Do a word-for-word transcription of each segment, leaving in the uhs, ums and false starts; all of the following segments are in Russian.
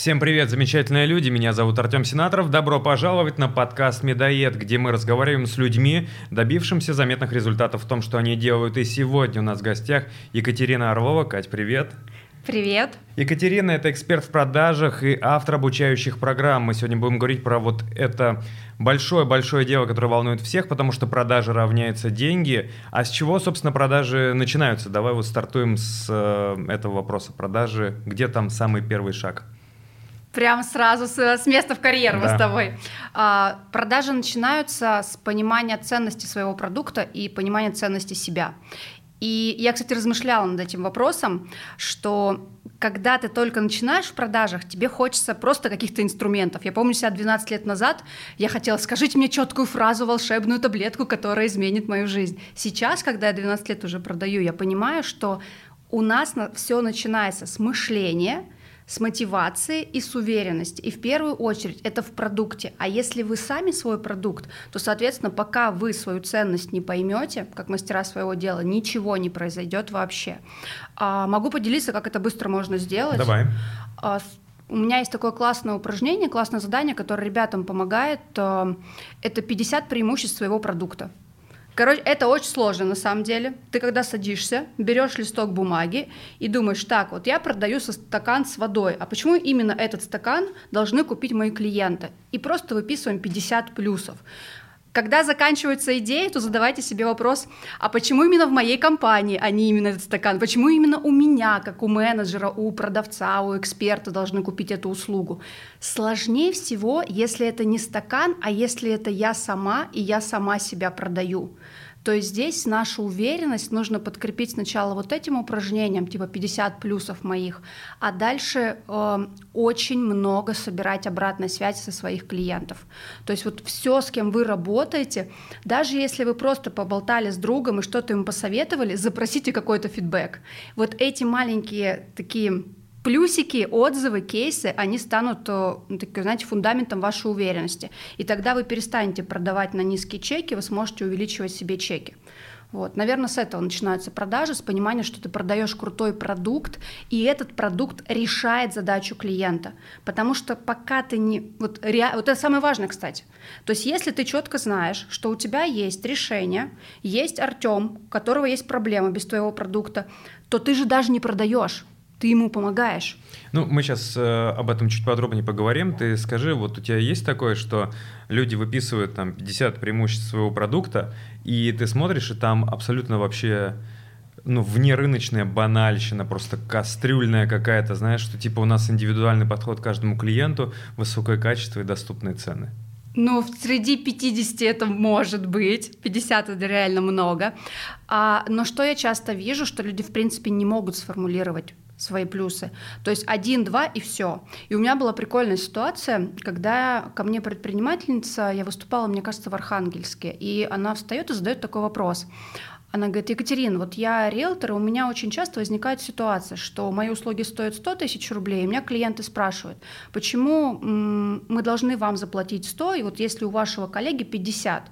Всем привет, замечательные люди, меня зовут Артем Сенаторов. Добро пожаловать на подкаст «Медоед», где мы разговариваем с людьми, добившимся заметных результатов в том, что они делают. И сегодня у нас в гостях Екатерина Орлова. Кать, привет. Привет. Екатерина – это эксперт в продажах и автор обучающих программ. Мы сегодня будем говорить про вот это большое-большое дело, которое волнует всех, потому что продажи равняются деньги. А с чего, собственно, продажи начинаются? Давай вот стартуем с э, этого вопроса. Продажи, где там самый первый шаг? Прям сразу с, с места в карьеру да. мы с тобой. А, продажи начинаются с понимания ценности своего продукта и понимания ценности себя. И я, кстати, размышляла над этим вопросом, что когда ты только начинаешь в продажах, тебе хочется просто каких-то инструментов. Я помню себя двенадцать лет назад, я хотела, скажите мне четкую фразу, волшебную таблетку, которая изменит мою жизнь. Сейчас, когда я двенадцать лет уже продаю, я понимаю, что у нас все начинается с мышления, с мотивации и с уверенности. И в первую очередь это в продукте. А если вы сами свой продукт, то, соответственно, пока вы свою ценность не поймете, как мастера своего дела, ничего не произойдет вообще. А, могу поделиться, как это быстро можно сделать. Давай. А, у меня есть такое классное упражнение, классное задание, которое ребятам помогает. Это пятьдесят преимуществ своего продукта. Короче, это очень сложно на самом деле. Ты когда садишься, берешь листок бумаги и думаешь, так, вот я продаю стакан с водой, а почему именно этот стакан должны купить мои клиенты? И просто выписываем пятьдесят плюсов. Когда заканчивается идея, то задавайте себе вопрос, а почему именно в моей компании, а не именно этот стакан? Почему именно у меня, как у менеджера, у продавца, у эксперта должны купить эту услугу? Сложнее всего, если это не стакан, а если это я сама, и я сама себя продаю. То есть здесь нашу уверенность нужно подкрепить сначала вот этим упражнением, типа пятьдесят плюсов моих, а дальше э, очень много собирать обратной связи со своих клиентов. То есть вот все, с кем вы работаете, даже если вы просто поболтали с другом и что-то ему посоветовали, запросите какой-то фидбэк. Вот эти маленькие такие плюсики, отзывы, кейсы, они станут, ну, так, знаете, фундаментом вашей уверенности. И тогда вы перестанете продавать на низкие чеки, вы сможете увеличивать себе чеки. Вот. Наверное, с этого начинаются продажи, с понимания, что ты продаешь крутой продукт, и этот продукт решает задачу клиента. Потому что пока ты не... Вот, ре... вот это самое важное, кстати. То есть если ты четко знаешь, что у тебя есть решение, есть Артем, у которого есть проблема без твоего продукта, то ты же даже не продаешь. Ты ему помогаешь. Ну, мы сейчас э, об этом чуть подробнее поговорим. Ты скажи, вот у тебя есть такое, что люди выписывают там пятьдесят преимуществ своего продукта, и ты смотришь, и там абсолютно вообще, ну, внерыночная банальщина, просто кастрюльная какая-то, знаешь, что типа у нас индивидуальный подход к каждому клиенту, высокое качество и доступные цены. Ну, среди пятидесяти это может быть, пятьдесят это реально много. А, но что я часто вижу, что люди, в принципе, не могут сформулировать свои плюсы. То есть один, два и все. И у меня была прикольная ситуация, когда ко мне предпринимательница, я выступала, мне кажется, в Архангельске, и она встает и задает такой вопрос. Она говорит: Екатерина, вот я риэлтор, и у меня очень часто возникает ситуация, что мои услуги стоят сто тысяч рублей, и меня клиенты спрашивают, почему м- мы должны вам заплатить сто, и вот если у вашего коллеги пятьдесят.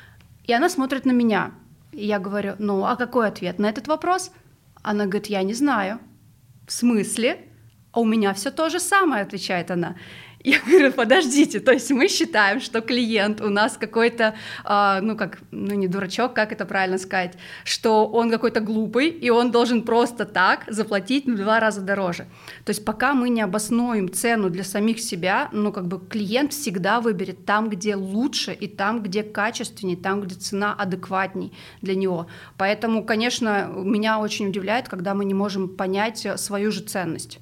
И она смотрит на меня. И я говорю: ну, а какой ответ на этот вопрос? Она говорит: я не знаю. В смысле? А у меня все то же самое, отвечает она. Я говорю: подождите, то есть мы считаем, что клиент у нас какой-то, э, ну как, ну не дурачок, как это правильно сказать, что он какой-то глупый, и он должен просто так заплатить в два раза дороже. То есть пока мы не обоснуем цену для самих себя, ну как бы клиент всегда выберет там, где лучше, и там, где качественнее, там, где цена адекватней для него. Поэтому, конечно, меня очень удивляет, когда мы не можем понять свою же ценность.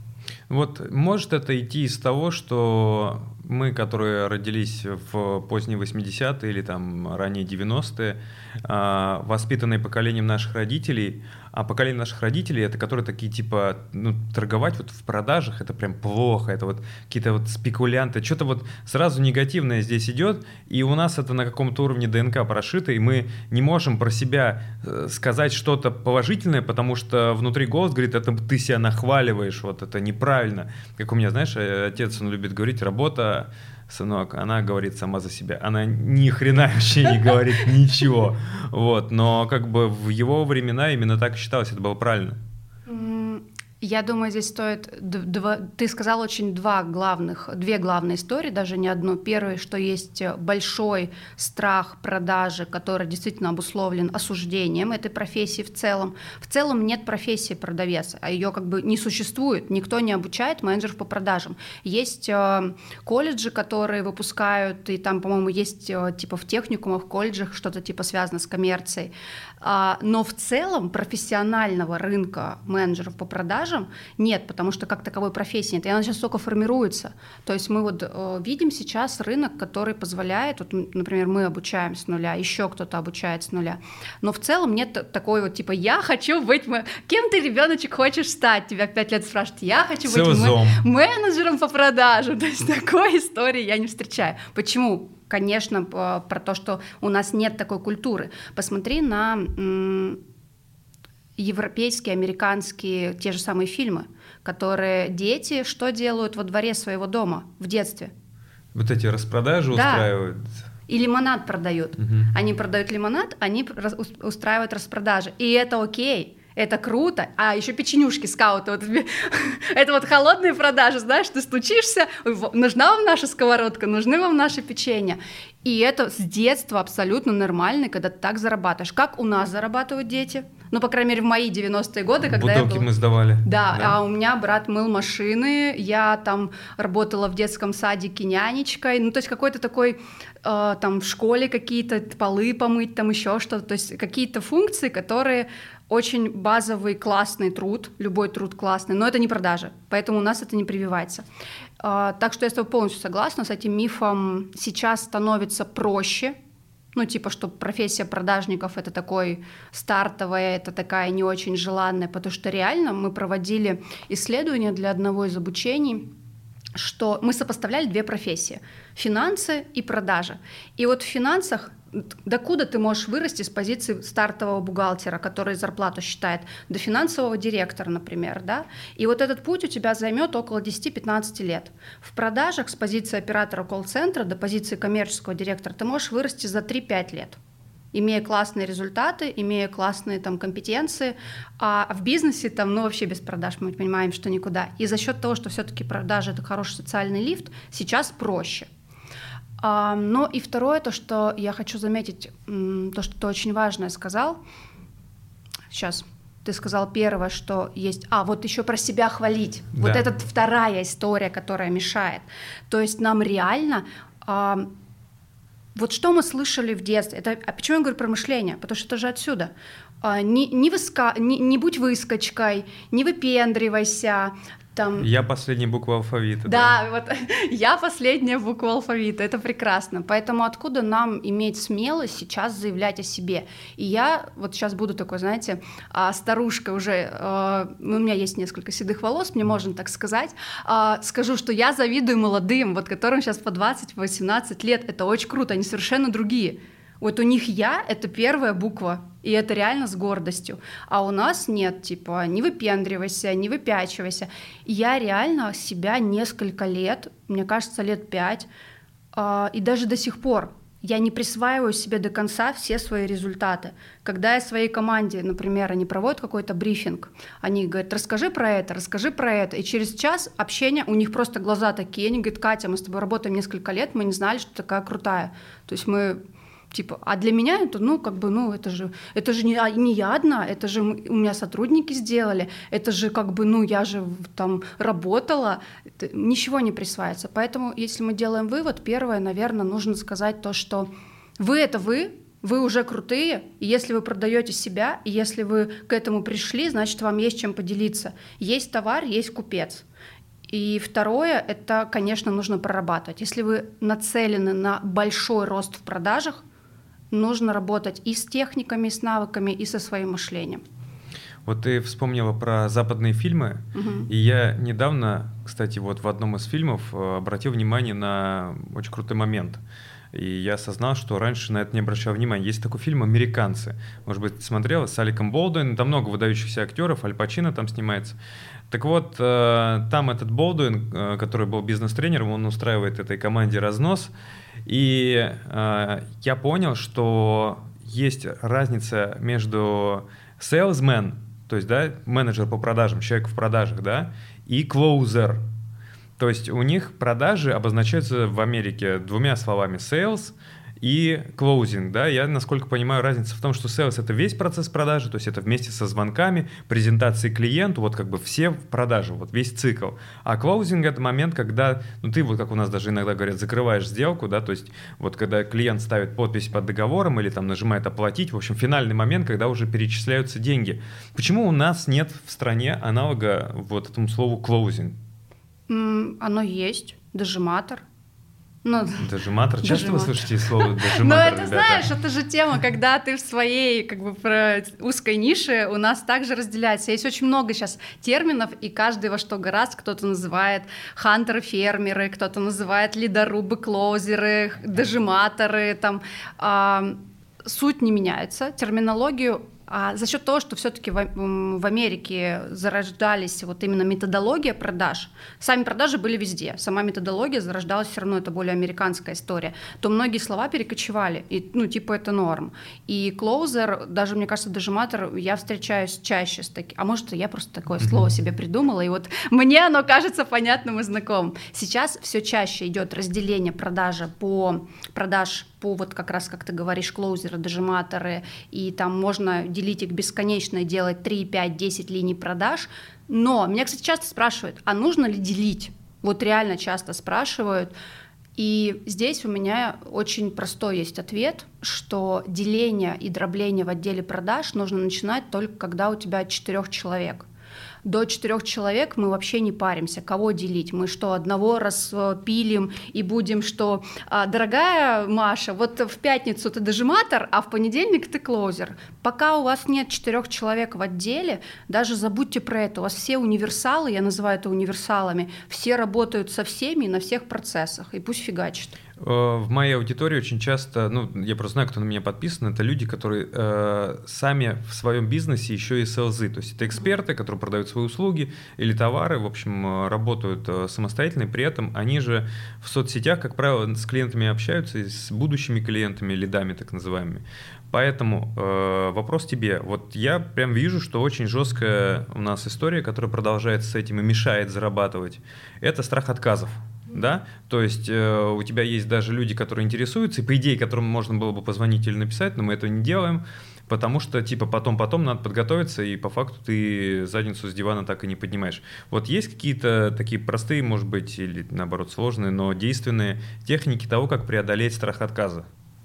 Вот может это идти из того, что мы, которые родились в поздние восьмидесятые или там ранние девяностые, воспитанные поколением наших родителей, а поколение наших родителей — это которые такие типа, ну, торговать вот в продажах — это прям плохо, это вот какие-то вот спекулянты, что-то вот сразу негативное здесь идет, и у нас это на каком-то уровне ДНК прошито, и мы не можем про себя сказать что-то положительное, потому что внутри голос говорит: это ты себя нахваливаешь, вот это неправильно. Как у меня, знаешь, отец, он любит говорить: работа, сынок, она говорит сама за себя. Она ни хрена вообще не говорит ничего. Вот. Но как бы в его времена именно так считалось, это было правильно. Я думаю, здесь стоит... Два, ты сказал очень два главных, две главные истории, даже не одну. Первое, что есть большой страх продажи, который действительно обусловлен осуждением этой профессии в целом. В целом нет профессии продавец, а ее как бы не существует. Никто не обучает менеджеров по продажам. Есть э, колледжи, которые выпускают, и там, по-моему, есть э, типа в техникумах, в колледжах что-то типа связано с коммерцией. А, но в целом профессионального рынка менеджеров по продажам нет, потому что как таковой профессии нет, и она сейчас только формируется. То есть мы вот э, видим сейчас рынок, который позволяет, вот, например, мы обучаем с нуля, еще кто-то обучает с нуля, но в целом нет такой вот типа «я хочу быть...» Кем ты, ребеночек, хочешь стать? Тебя в пять лет спрашивают «я хочу быть мэ- менеджером по продажам». То есть такой истории я не встречаю. Почему? Конечно, про то, что у нас нет такой культуры. Посмотри на... М- европейские, американские, те же самые фильмы, которые дети что делают во дворе своего дома в детстве? Вот эти распродажи да. устраивают. И лимонад продают. Угу. Они продают лимонад, они устраивают распродажи. И это окей. Это круто, а еще печенюшки скауты, вот, это вот холодные продажи, знаешь, ты стучишься, нужна вам наша сковородка, нужны вам наши печенья, и это с детства абсолютно нормально, когда ты так зарабатываешь. Как у нас зарабатывают дети? Ну, по крайней мере, в мои девяностые годы, когда бутылки я была... мы сдавали. Да, да, а у меня брат мыл машины, я там работала в детском садике нянечкой, ну, то есть какой-то такой, э, там, в школе какие-то полы помыть, там еще что-то, то есть какие-то функции, которые... Очень базовый, классный труд, любой труд классный, но это не продажа, поэтому у нас это не прививается. Так что я с тобой полностью согласна, с этим мифом сейчас становится проще, ну типа, что профессия продажников это такой стартовая, это такая не очень желанная, потому что реально мы проводили исследования для одного из обучений, что мы сопоставляли две профессии – финансы и продажа. И вот в финансах докуда ты можешь вырасти с позиции стартового бухгалтера, который зарплату считает, до финансового директора, например, да? И вот этот путь у тебя займет около десять-пятнадцать лет. В продажах с позиции оператора колл-центра до позиции коммерческого директора ты можешь вырасти за три-пять лет, имея классные результаты, имея классные там компетенции, а в бизнесе там, ну, вообще без продаж мы понимаем, что никуда. И за счет того, что все-таки продажи — это хороший социальный лифт, сейчас проще. А, но и второе, то, что я хочу заметить, то, что ты очень важное сказал. Сейчас. Ты сказал первое, что есть... А, вот еще про себя хвалить. Да. Вот это вторая история, которая мешает. То есть нам реально... А, вот что мы слышали в детстве, это, а почему я говорю про мышление? Потому что это же отсюда. А, не, не, выска, не, не будь выскочкой, не выпендривайся. Там... Я последняя буква алфавита. Да, да, вот я последняя буква алфавита, это прекрасно. Поэтому откуда нам иметь смелость сейчас заявлять о себе? И я вот сейчас буду такой, знаете, старушка уже, у меня есть несколько седых волос, мне можно так сказать, скажу, что я завидую молодым, вот которым сейчас по двадцать-восемнадцать лет, это очень круто, они совершенно другие. Вот у них «я» — это первая буква, и это реально с гордостью. А у нас нет, типа, не выпендривайся, не выпячивайся. И я реально себя несколько лет, мне кажется, лет пять, э, и даже до сих пор, я не присваиваю себе до конца все свои результаты. Когда я своей команде, например, они проводят какой-то брифинг, они говорят: расскажи про это, расскажи про это. И через час общения у них просто глаза такие, они говорят: Катя, мы с тобой работаем несколько лет, мы не знали, что ты такая крутая. То есть мы... Типа, а для меня это, ну, как бы, ну, это же, это же не, не я одна, это же у меня сотрудники сделали, это же, как бы, ну, я же там работала, это, ничего не присваивается. Поэтому, если мы делаем вывод, первое, наверное, нужно сказать то, что вы — это вы, вы уже крутые, и если вы продаете себя, и если вы к этому пришли, значит, вам есть чем поделиться. Есть товар, есть купец. И второе, это, конечно, нужно прорабатывать. Если вы нацелены на большой рост в продажах, нужно работать и с техниками, и с навыками, и со своим мышлением. Вот ты вспомнила про западные фильмы, угу. И я недавно, кстати, вот в одном из фильмов обратил внимание на очень крутой момент. И я осознал, что раньше на это не обращал внимания. Есть такой фильм «Американцы». Может быть, ты смотрела, с Алеком Болдуином. Там много выдающихся актеров, Аль Пачино там снимается. Так вот, там этот Болдуин, который был бизнес-тренером, он устраивает этой команде разнос. И я понял, что есть разница между salesman то есть, да, менеджер по продажам, человек в продажах, да, и closer. То есть у них продажи обозначаются в Америке двумя словами: sales и closing, да. Я, насколько понимаю, разница в том, что sales — это весь процесс продажи, то есть это вместе со звонками, презентацией клиенту, вот как бы все в продаже, вот весь цикл. А closing — это момент, когда, ну ты вот, как у нас даже иногда говорят, закрываешь сделку, да, то есть вот когда клиент ставит подпись под договором или там нажимает оплатить, в общем, финальный момент, когда уже перечисляются деньги. Почему у нас нет в стране аналога вот этому слову closing? Mm, оно есть, дожиматор. Ну, дожиматор. Часто дожиматор. Вы слышите слово дожиматор, Ну, это, ребята? знаешь, это же тема, когда ты в своей как бы узкой нише, у нас также разделяется. Есть очень много сейчас терминов, и каждый во что гораздо. Кто-то называет хантеры-фермеры, кто-то называет лидорубы-клоузеры, дожиматоры. Там. А, суть не меняется, терминологию. А за счет того, что все-таки в, в Америке зарождались вот именно методология продаж, сами продажи были везде, сама методология зарождалась, все равно это более американская история, то многие слова перекочевали, и, ну, типа это норм. И клоузер, даже, мне кажется, дожиматор, я встречаюсь чаще с таким, а может, я просто такое mm-hmm. слово себе придумала, и вот мне оно кажется понятным и знакомым. Сейчас все чаще идет разделение продажи по продаж по вот как раз, как ты говоришь, клоузеры, дожиматоры, и там можно делить их бесконечно и делать три, пять, десять линий продаж. Но меня, кстати, часто спрашивают, а нужно ли делить? Вот реально часто спрашивают. И здесь у меня очень простой есть ответ, что деление и дробление в отделе продаж нужно начинать только когда у тебя от четырех человек. До четырех человек мы вообще не паримся, кого делить. Мы что, одного распилим и будем, что, дорогая Маша, вот в пятницу ты дожиматор, а в понедельник ты клоузер. Пока у вас нет четырех человек в отделе, даже забудьте про это. У вас все универсалы, я называю это универсалами, все работают со всеми на всех процессах, и пусть фигачат. В моей аудитории очень часто, ну, я просто знаю, кто на меня подписан, это люди, которые э, сами в своем бизнесе еще и селзы, то есть это эксперты, которые продают свои услуги или товары, в общем, работают э, самостоятельно, и при этом они же в соцсетях, как правило, с клиентами общаются, и с будущими клиентами, лидами так называемыми. Поэтому э, вопрос тебе. Вот я прям вижу, что очень жесткая у нас история, которая продолжает с этим и мешает зарабатывать, это страх отказов. Да, то есть э, у тебя есть даже люди, которые интересуются, и по идее, которым можно было бы позвонить или написать, но мы этого не делаем, потому что типа потом-потом надо подготовиться, и по факту ты задницу с дивана так и не поднимаешь. Вот есть какие-то такие простые, может быть, или наоборот сложные, но действенные техники того, как преодолеть страх отказа?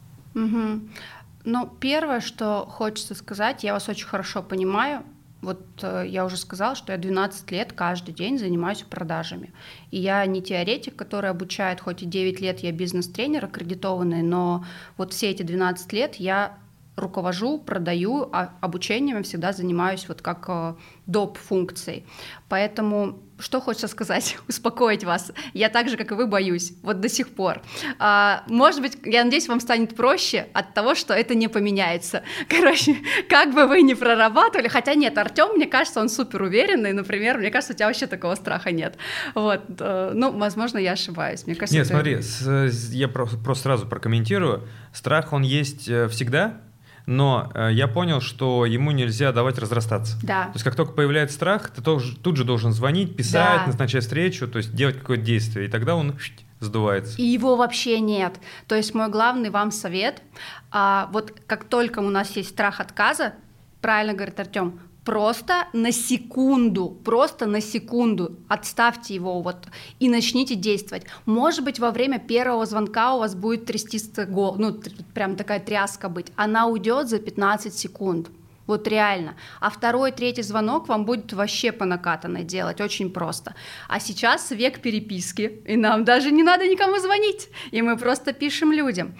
Угу. Ну, первое, что хочется сказать, я вас очень хорошо понимаю. Вот э, я уже сказала, что я двенадцать лет каждый день занимаюсь продажами. И я не теоретик, который обучает, хоть и девять лет я бизнес-тренер аккредитованный, но вот все эти двенадцать лет я руковожу, продаю, а обучением я всегда занимаюсь вот как э, доп. Функцией. Поэтому что хочется сказать? Успокоить вас. Я так же, как и вы, боюсь. Вот до сих пор. А, может быть, я надеюсь, вам станет проще от того, что это не поменяется. Короче, как бы вы ни прорабатывали, хотя нет, Артём, мне кажется, он супер уверенный, например, мне кажется, у тебя вообще такого страха нет. Вот. Ну, возможно, я ошибаюсь. Мне кажется, нет, это... смотри, с, я просто, просто сразу прокомментирую. Страх, он есть всегда, но э, я понял, что ему нельзя давать разрастаться. Да. То есть как только появляется страх, ты тоже, тут же должен звонить, писать, да. назначать встречу, то есть делать какое-то действие, и тогда он сдувается. И его вообще нет. То есть мой главный вам совет, а, вот как только у нас есть страх отказа, правильно говорит Артём, просто на секунду, просто на секунду отставьте его вот и начните действовать. Может быть, во время первого звонка у вас будет трястись гол, ну, прям такая тряска быть. Она уйдет за пятнадцать секунд. Вот реально. А второй, третий звонок вам будет вообще по накатанной делать, очень просто. А сейчас век переписки, и нам даже не надо никому звонить, и мы просто пишем людям.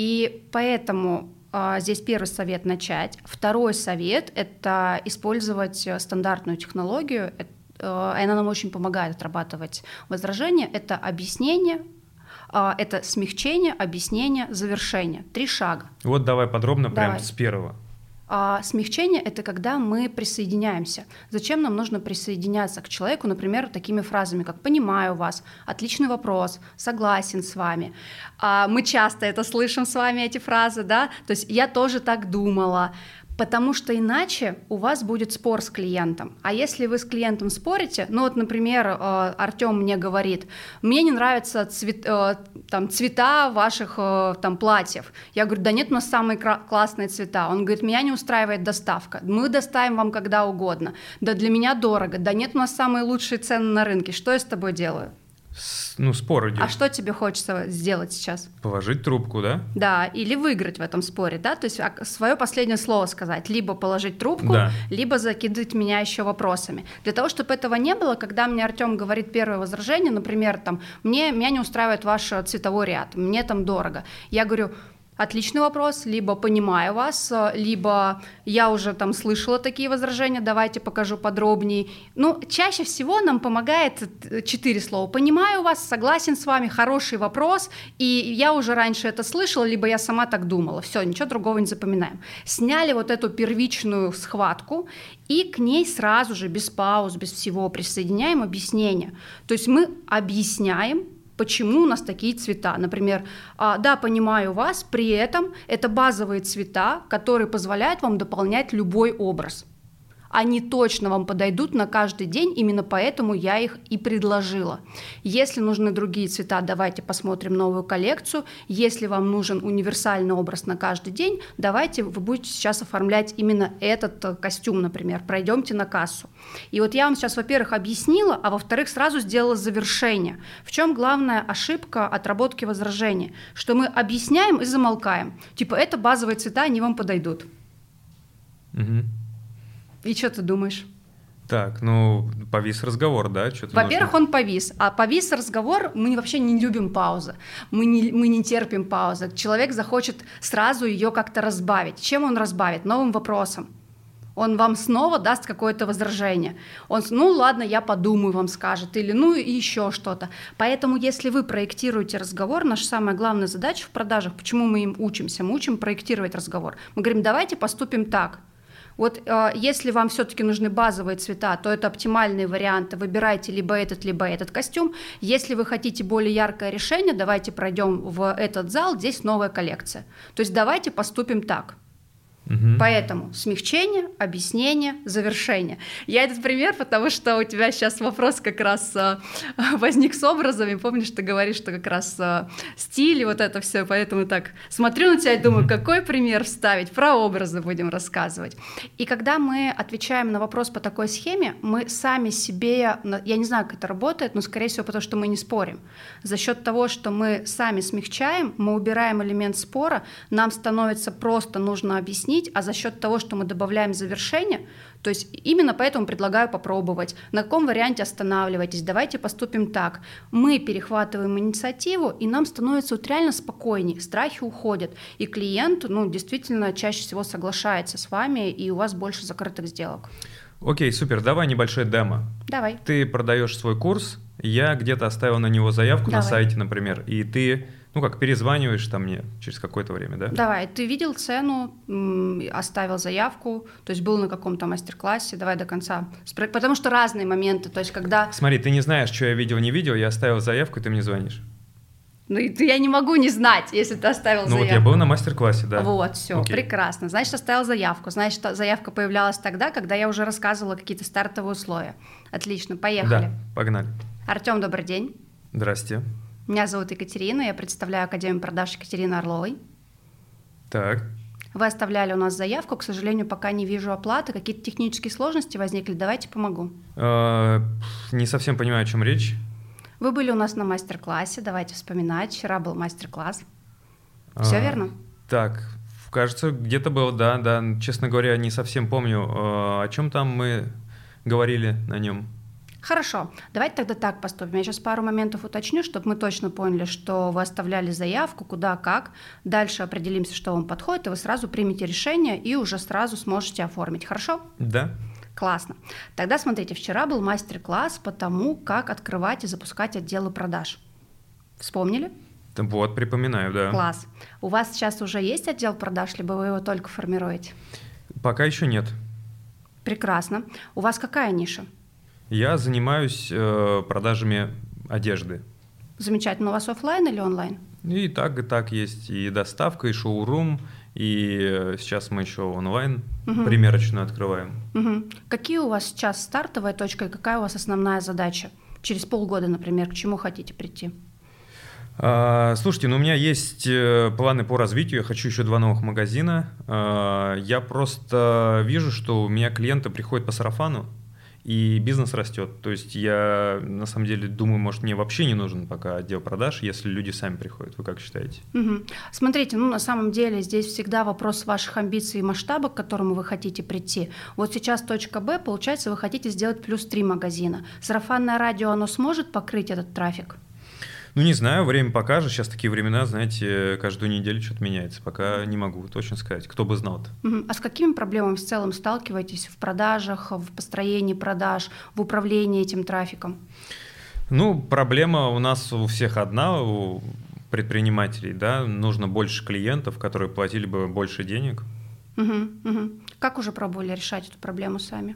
И поэтому а, здесь первый совет — начать. Второй совет — это использовать стандартную технологию, и она нам очень помогает отрабатывать возражения. Это объяснение, это смягчение, объяснение, завершение. Три шага. Вот давай подробно, давай. Прямо с первого. А смягчение — это когда мы присоединяемся. Зачем нам нужно присоединяться к человеку, например, такими фразами, как «понимаю вас», «отличный вопрос», «согласен с вами». А мы часто это слышим с вами, эти фразы, да, то есть «я тоже так думала». Потому что иначе у вас будет спор с клиентом. А если вы с клиентом спорите, ну вот, например, Артем мне говорит, мне не нравятся цвет, там, цвета ваших там, платьев. Я говорю, да нет, у нас самые классные цвета. Он говорит, меня не устраивает доставка. Мы доставим вам когда угодно. Да для меня дорого. Да нет, у нас самые лучшие цены на рынке. Что я с тобой делаю? С, ну, спор идет. А что тебе хочется сделать сейчас? Положить трубку, да? Да, или выиграть в этом споре, да, то есть свое последнее слово сказать, либо положить трубку, да. либо закидывать меня еще вопросами. Для того, чтобы этого не было, когда мне Артем говорит первое возражение, например, там, мне, меня не устраивает ваш цветовой ряд, мне там дорого, я говорю, отличный вопрос, либо понимаю вас, либо я уже там слышала такие возражения, давайте покажу подробнее. Ну, чаще всего нам помогает четыре слова. Понимаю вас, согласен с вами, хороший вопрос, и я уже раньше это слышала, либо я сама так думала. Все, ничего другого не запоминаем. Сняли вот эту первичную схватку, и к ней сразу же, без пауз, без всего, присоединяем объяснение. То есть мы объясняем, почему у нас такие цвета. Например, да, понимаю вас, при этом это базовые цвета, которые позволяют вам дополнять любой образ. Они точно вам подойдут на каждый день, именно поэтому я их и предложила. Если нужны другие цвета, давайте посмотрим новую коллекцию. Если вам нужен универсальный образ на каждый день, давайте вы будете сейчас оформлять именно этот костюм, например, пройдемте на кассу. И вот я вам сейчас, во-первых, объяснила, а во-вторых, сразу сделала завершение. В чем главная ошибка отработки возражения? Что мы объясняем и замолкаем. Типа, это базовые цвета, они вам подойдут. Угу. И что ты думаешь? Так, ну, повис разговор, да? Что-то Во-первых, нужно... он повис. А повис разговор, мы вообще не любим паузы. Мы не, мы не терпим паузы. Человек захочет сразу ее как-то разбавить. Чем он разбавит? Новым вопросом. Он вам снова даст какое-то возражение. Он, ну ладно, я подумаю, вам скажет. Или ну и еще что-то. Поэтому, если вы проектируете разговор, наша самая главная задача в продажах, почему мы им учимся? Мы учим проектировать разговор. Мы говорим, давайте поступим так. Вот э, если вам все-таки нужны базовые цвета, то это оптимальные варианты. Выбирайте либо этот, либо этот костюм. Если вы хотите более яркое решение, давайте пройдем в этот зал, здесь новая коллекция. То есть давайте поступим так. Угу. Поэтому смягчение, объяснение, завершение. Я этот пример, потому что у тебя сейчас вопрос как раз возник с образами. Помнишь, ты говоришь, что как раз стиль и вот это все, поэтому так смотрю на тебя и думаю, какой пример вставить, про образы будем рассказывать. И когда мы отвечаем на вопрос по такой схеме, мы сами себе, я не знаю, как это работает, но скорее всего потому, что мы не спорим. За счет того, что мы сами смягчаем, мы убираем элемент спора, нам становится просто нужно объяснить, а за счет того, что мы добавляем завершение, то есть именно поэтому предлагаю попробовать, на каком варианте останавливайтесь, давайте поступим так. Мы перехватываем инициативу, и нам становится вот реально спокойнее, страхи уходят, и клиент, ну, действительно чаще всего соглашается с вами, и у вас больше закрытых сделок. Окей, супер, давай небольшой демо. Давай. Ты продаешь свой курс, я где-то оставил на него заявку Давай. на сайте, например, и ты... Ну, как перезваниваешь там мне через какое-то время, да? Давай, ты видел цену, оставил заявку, то есть был на каком-то мастер-классе, давай до конца. Потому что разные моменты, то есть когда... Смотри, ты не знаешь, что я видел, не видел, я оставил заявку, и ты мне звонишь. Ну, я не могу не знать, если ты оставил ну, заявку. Ну, вот я был на мастер-классе, да. Вот, все, прекрасно. Значит, оставил заявку. Значит, заявка появлялась тогда, когда я уже рассказывала какие-то стартовые условия. Отлично, поехали. Да, погнали. Артем, добрый день. Здрасте. Меня зовут Екатерина, я представляю Академию продаж Екатерины Орловой. Так. Вы оставляли у нас заявку, к сожалению, пока не вижу оплаты. Какие-то технические сложности возникли? Давайте помогу. Не совсем понимаю, о чем речь. Вы были у нас на мастер-классе, давайте вспоминать. Вчера был мастер-класс. Все а, верно? Так, кажется, где-то был, да, да. Честно говоря, не совсем помню, о чем там мы говорили на нем. Хорошо, давайте тогда так поступим. Я сейчас пару моментов уточню, чтобы мы точно поняли, что вы оставляли заявку, куда, как. Дальше определимся, что вам подходит, и вы сразу примете решение и уже сразу сможете оформить. Хорошо? Да. Классно. Тогда смотрите, вчера был мастер-класс по тому, как открывать и запускать отделы продаж. Вспомнили? Вот, припоминаю, да. Класс. У вас сейчас уже есть отдел продаж, либо вы его только формируете? Пока еще нет. Прекрасно. У вас какая ниша? Я занимаюсь э, продажами одежды. Замечательно. У вас офлайн или онлайн? И так, и так есть. И доставка, и шоурум, И сейчас мы еще онлайн Угу. примерочную открываем. Угу. Какие у вас сейчас стартовая точка и какая у вас основная задача? Через полгода, например, к чему хотите прийти? А, слушайте, ну у меня есть планы по развитию, я хочу еще два новых магазина. А, я просто вижу, что у меня клиенты приходят по сарафану, и бизнес растет. То есть я на самом деле думаю, может, мне вообще не нужен пока отдел продаж, если люди сами приходят. Вы как считаете? Угу. Смотрите, ну на самом деле здесь всегда вопрос ваших амбиций и масштаба, к которому вы хотите прийти. Вот сейчас точка Б, получается, вы хотите сделать плюс три магазина. Сарафанное радио, оно сможет покрыть этот трафик? Ну, не знаю, время покажет. Сейчас такие времена, знаете, каждую неделю что-то меняется. Пока не могу точно сказать. Кто бы знал-то. Угу. А с какими проблемами в целом сталкиваетесь в продажах, в построении продаж, в управлении этим трафиком? Ну, проблема у нас у всех одна, у предпринимателей, да, нужно больше клиентов, которые платили бы больше денег. Угу, угу. Как уже пробовали решать эту проблему сами?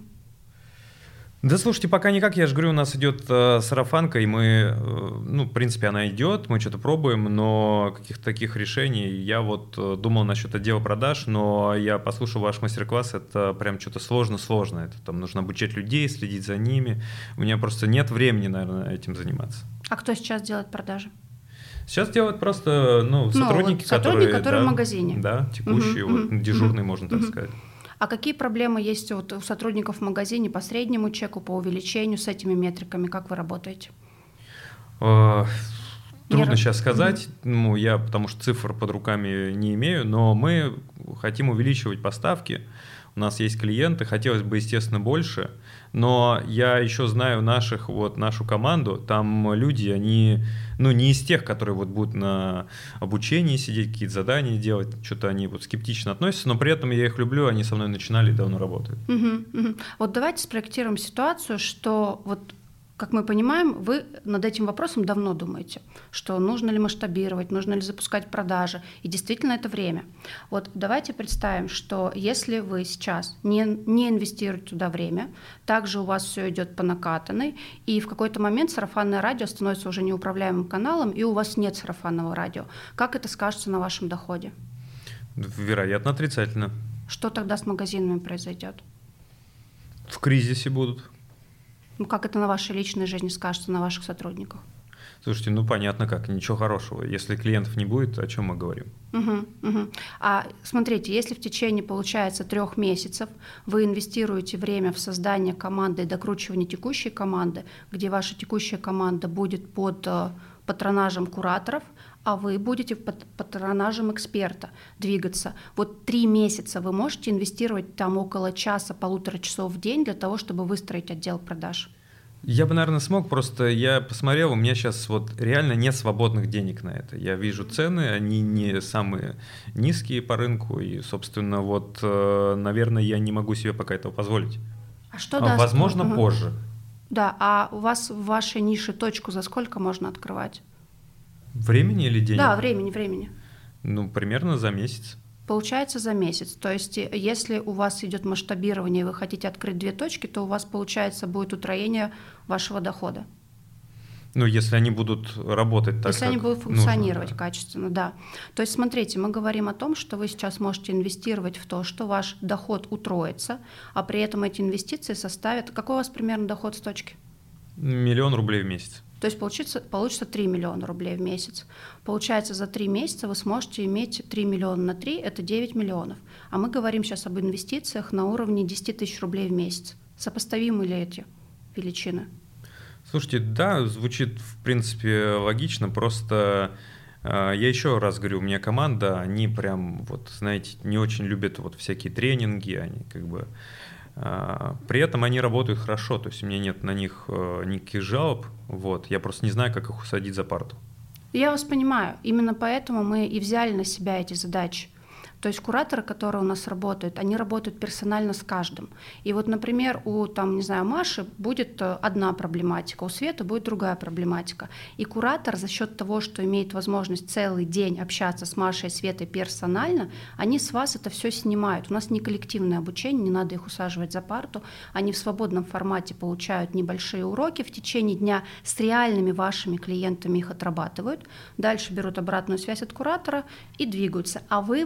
Да, слушайте, пока никак, я же говорю, у нас идет э, сарафанка, и мы, э, ну, в принципе, она идет, мы что-то пробуем, но каких-то таких решений, я вот э, думал насчет отдела продаж, но я послушал ваш мастер-класс, это прям что-то сложно-сложно, это там нужно обучать людей, следить за ними, у меня просто нет времени, наверное, этим заниматься. А кто сейчас делает продажи? Сейчас делают просто, ну, сотрудники, ну, вот сотрудник, которые, которые да, в магазине. Да, текущие, угу, вот, угу, дежурные, угу, можно так угу. сказать. А какие проблемы есть вот у сотрудников в магазине по среднему чеку, по увеличению с этими метриками? Как вы работаете? Трудно не сейчас сказать, mm-hmm. ну, я потому что цифр под руками не имею, но мы хотим увеличивать поставки. У нас есть клиенты, хотелось бы, естественно, больше, но я еще знаю наших, вот, нашу команду, там люди, они, ну, не из тех, которые вот будут на обучении сидеть, какие-то задания делать, что-то они вот скептично относятся, но при этом я их люблю, они со мной начинали и давно работают. Угу, угу. Вот давайте спроектируем ситуацию, что вот, как мы понимаем, вы над этим вопросом давно думаете, что нужно ли масштабировать, нужно ли запускать продажи, и действительно это время. Вот давайте представим, что если вы сейчас не, не инвестируете туда время, также у вас все идет по накатанной, и в какой-то момент сарафанное радио становится уже неуправляемым каналом, и у вас нет сарафанного радио. Как это скажется на вашем доходе? Вероятно, отрицательно. Что тогда с магазинами произойдет? В кризисе будут. Ну, как это на вашей личной жизни скажется, на ваших сотрудниках? Слушайте, ну понятно как, ничего хорошего. Если клиентов не будет, о чем мы говорим? Угу, угу. А смотрите, если в течение, получается, трех месяцев вы инвестируете время в создание команды и докручивание текущей команды, где ваша текущая команда будет под патронажем кураторов, а вы будете под патронажем эксперта двигаться. Вот три месяца вы можете инвестировать там около часа, полутора часов в день для того, чтобы выстроить отдел продаж? Я бы, наверное, смог, просто я посмотрел, у меня сейчас вот реально нет свободных денег на это. Я вижу цены, они не самые низкие по рынку, и, собственно, вот, наверное, я не могу себе пока этого позволить. А что даст? Возможно, угу. позже. Да, а у вас в вашей нише точку за сколько можно открывать? Времени или денег? Да, времени, времени. Ну, примерно за месяц. Получается за месяц. То есть если у вас идет масштабирование, и вы хотите открыть две точки, то у вас, получается, будет утроение вашего дохода. Ну, если они будут работать так, Если как они будут функционировать нужно, да. качественно, да. То есть смотрите, мы говорим о том, что вы сейчас можете инвестировать в то, что ваш доход утроится, а при этом эти инвестиции составят... Какой у вас примерно доход с точки? Миллион рублей в месяц. То есть получится, получится три миллиона рублей в месяц. Получается, за три месяца вы сможете иметь три миллиона на три, это девять миллионов. А мы говорим сейчас об инвестициях на уровне десять тысяч рублей в месяц. Сопоставимы ли эти величины? Слушайте, да, звучит в принципе логично, просто э, я еще раз говорю, у меня команда, они прям, вот, знаете, не очень любят вот всякие тренинги, они как бы... При этом они работают хорошо, то есть у меня нет на них никаких жалоб, вот, я просто не знаю, как их усадить за парту. Я вас понимаю, именно поэтому мы и взяли на себя эти задачи. То есть кураторы, которые у нас работают, они работают персонально с каждым. И вот, например, у, там, не знаю, Маши будет одна проблематика, у Светы будет другая проблематика. И куратор за счет того, что имеет возможность целый день общаться с Машей и Светой персонально, они с вас это все снимают. У нас не коллективное обучение, не надо их усаживать за парту. Они в свободном формате получают небольшие уроки в течение дня, с реальными вашими клиентами их отрабатывают. Дальше берут обратную связь от куратора и двигаются. А вы в это время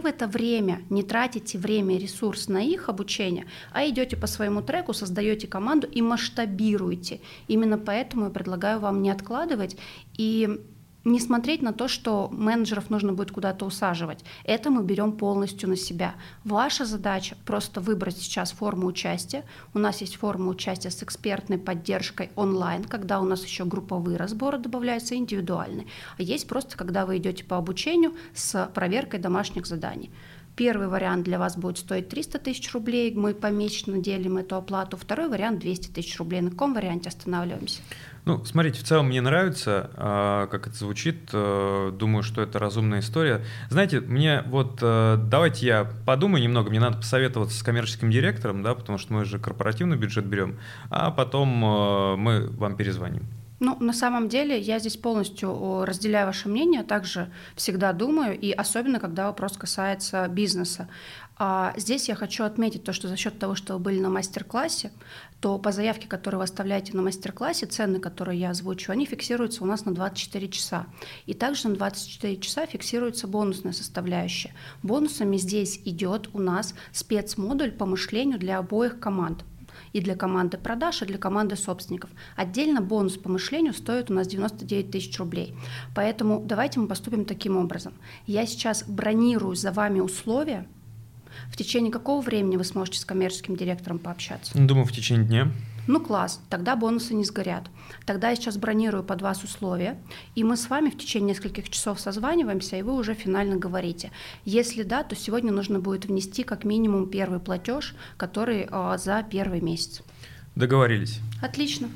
время, не тратите время и ресурс на их обучение, а идете по своему треку, создаете команду и масштабируете. Именно поэтому я предлагаю вам не откладывать и не смотреть на то, что менеджеров нужно будет куда-то усаживать. Это мы берем полностью на себя. Ваша задача просто выбрать сейчас форму участия. У нас есть форма участия с экспертной поддержкой онлайн, когда у нас еще групповые разборы добавляются, индивидуальные. А есть просто, когда вы идете по обучению с проверкой домашних заданий. Первый вариант для вас будет стоить триста тысяч рублей, мы помесячно делим эту оплату. Второй вариант двести тысяч рублей. На каком варианте останавливаемся? Ну, смотрите, в целом мне нравится, как это звучит. Думаю, что это разумная история. Знаете, мне вот давайте я подумаю немного. Мне надо посоветоваться с коммерческим директором, да, потому что мы же корпоративный бюджет берем, а потом мы вам перезвоним. Ну, на самом деле, я здесь полностью разделяю ваше мнение, также всегда думаю, и особенно, когда вопрос касается бизнеса. А здесь я хочу отметить то, что за счет того, что вы были на мастер-классе, то по заявке, которую вы оставляете на мастер-классе, цены, которые я озвучу, они фиксируются у нас на двадцать четыре часа. И также на двадцать четыре часа фиксируется бонусная составляющая. Бонусами здесь идет у нас спецмодуль по мышлению для обоих команд. И для команды продаж, и для команды собственников. Отдельно бонус по мышлению стоит у нас девяносто девять тысяч рублей. Поэтому давайте мы поступим таким образом. Я сейчас бронирую за вами условия. В течение какого времени вы сможете с коммерческим директором пообщаться? Думаю, в течение дня. Ну класс, тогда бонусы не сгорят. Тогда я сейчас бронирую под вас условия, и мы с вами в течение нескольких часов созваниваемся, и вы уже финально говорите. Если да, то сегодня нужно будет внести как минимум первый платеж, который э, за первый месяц. Договорились. Отлично.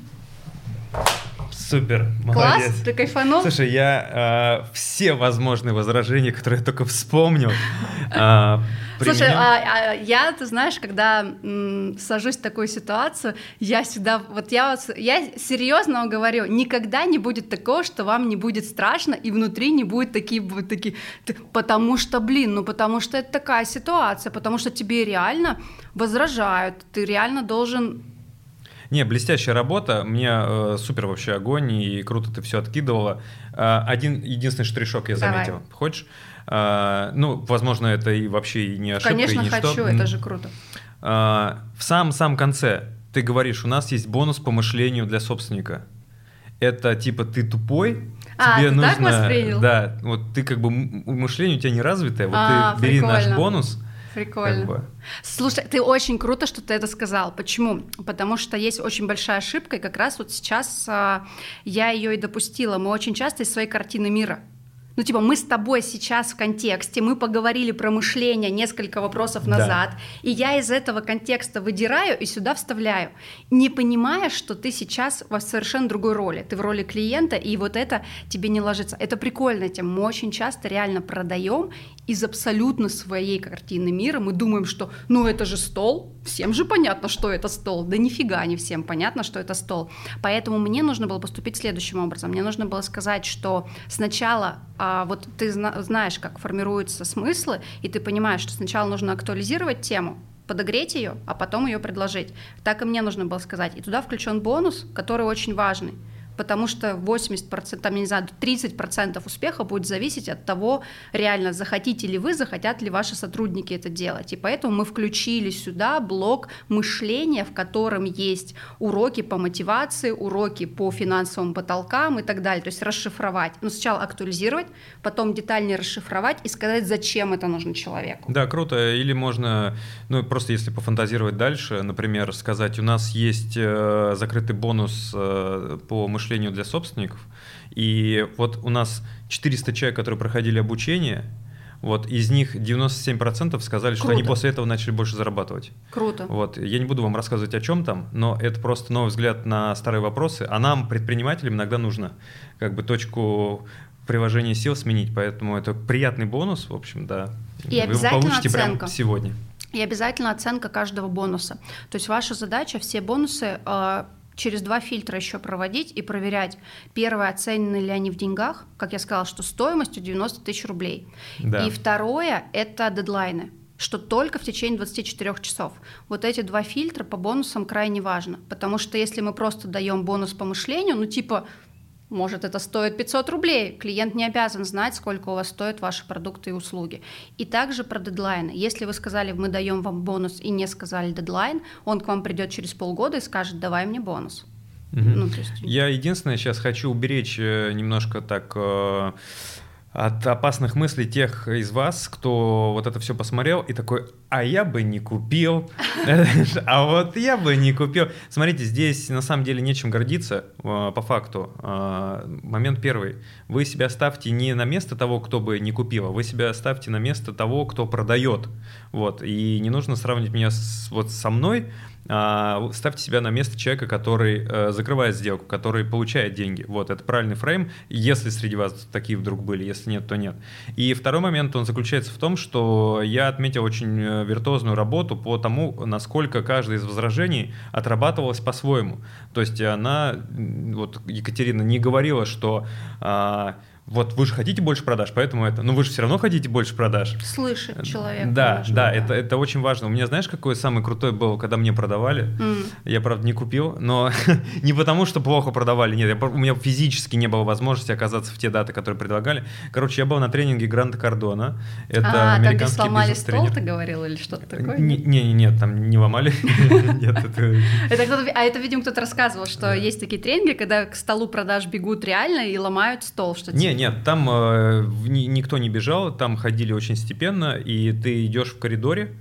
Супер, молодец. Класс, ты кайфанул? Слушай, я э, все возможные возражения, которые я только вспомнил, э, Слушай, а, а, я, ты знаешь, когда м, сажусь в такую ситуацию, я всегда, вот я, вас, я серьезно вам говорю, никогда не будет такого, что вам не будет страшно, и внутри не будет такие, вот такие, потому что, блин, ну потому что это такая ситуация, потому что тебе реально возражают, ты реально должен... Не, блестящая работа, мне э, супер вообще огонь, и круто ты все откидывала. Э, один единственный штришок я заметил. Давай. Хочешь? Э, ну, возможно, это и вообще и не ошибка, Конечно, и не хочу, что. это же круто. Э, в самом-самом конце ты говоришь, у нас есть бонус по мышлению для собственника. Это типа ты тупой, а, тебе ты нужно... так воспринял? Да, вот ты как бы мышление у тебя не развитое, вот а, ты бери прикольно. наш бонус. Прикольно. Как бы. Слушай, ты очень круто, что ты это сказал. Почему? Потому что есть очень большая ошибка, и как раз вот сейчас а, я ее и допустила. Мы очень часто из своей картины мира. Ну, типа, мы с тобой сейчас в контексте, мы поговорили про мышление несколько вопросов назад, да. И я из этого контекста выдираю и сюда вставляю, не понимая, что ты сейчас в совершенно другой роли. Ты в роли клиента, и вот это тебе не ложится. Это прикольная тема. Мы очень часто реально продаем из абсолютно своей картины мира. Мы думаем, что, ну, это же стол, всем же понятно, что это стол. Да нифига не всем понятно, что это стол. Поэтому мне нужно было поступить следующим образом. Мне нужно было сказать, что сначала... А вот ты зна- знаешь, как формируются смыслы, и ты понимаешь, что сначала нужно актуализировать тему, подогреть ее, а потом ее предложить. Так и мне нужно было сказать. И туда включен бонус, который очень важный. Потому что восемьдесят процентов, там, я не знаю, тридцать процентов успеха будет зависеть от того, реально захотите ли вы, захотят ли ваши сотрудники это делать. И поэтому мы включили сюда блок мышления, в котором есть уроки по мотивации, уроки по финансовым потолкам и так далее. То есть расшифровать. Ну, сначала актуализировать, потом детальнее расшифровать и сказать, зачем это нужно человеку. Да, круто. Или можно, ну, просто если пофантазировать дальше, например, сказать, у нас есть э, закрытый бонус э, по мышлению, мышлению для собственников, и вот у нас четыреста человек, которые проходили обучение, вот из них девяносто семь процентов сказали, Круто. Что они после этого начали больше зарабатывать. Круто. Вот. Я не буду вам рассказывать, о чем там, но это просто новый взгляд на старые вопросы, а нам, предпринимателям, иногда нужно как бы точку приложения сил сменить, поэтому это приятный бонус, в общем, да. И вы обязательно получите оценка. Прямо сегодня. И обязательно оценка каждого бонуса. То есть ваша задача все бонусы э, через два фильтра еще проводить и проверять, первое, оценены ли они в деньгах, как я сказала, что стоимостью девяносто тысяч рублей. Да. И второе, это дедлайны, что только в течение двадцати четырёх часов. Вот эти два фильтра по бонусам крайне важно, потому что если мы просто даем бонус по мышлению, ну типа может, это стоит пятьсот рублей. Клиент не обязан знать, сколько у вас стоят ваши продукты и услуги. И также про дедлайны. Если вы сказали, мы даем вам бонус, и не сказали дедлайн, он к вам придет через полгода и скажет, давай мне бонус. Угу. Ну, то есть... Я единственное сейчас хочу уберечь немножко так... от опасных мыслей тех из вас, кто вот это все посмотрел и такой, а я бы не купил, а вот я бы не купил. Смотрите, здесь на самом деле нечем гордиться, по факту. Момент первый. Вы себя ставьте не на место того, кто бы не купил, а вы себя ставьте на место того, кто продает. Вот. И не нужно сравнивать меня с, вот со мной, а ставьте себя на место человека, который э, закрывает сделку, который получает деньги. Вот, это правильный фрейм, если среди вас такие вдруг были, если нет, то нет. И второй момент, он заключается в том, что я отметил очень виртуозную работу по тому, насколько каждое из возражений отрабатывалось по-своему. То есть она, вот Екатерина не говорила, что... А, вот вы же хотите больше продаж, поэтому это... Ну вы же все равно хотите больше продаж. Слышать человека. Да, важно, да, да. Это, это очень важно. У меня, знаешь, какой самый крутой был, когда мне продавали? Mm. Я, правда, не купил, но не потому, что плохо продавали, нет, я, у меня физически не было возможности оказаться в те даты, которые предлагали. Короче, я был на тренинге Гранта Кардона. Это а, американский там, где сломали стол, ты тренер. говорил, или что-то такое? Не-не, нет, там не ломали. А это, видимо, кто-то рассказывал, что есть такие тренинги, когда к столу продаж бегут реально и ломают стол. Не, нет, там никто не бежал, там ходили очень степенно, и ты идешь в коридоре,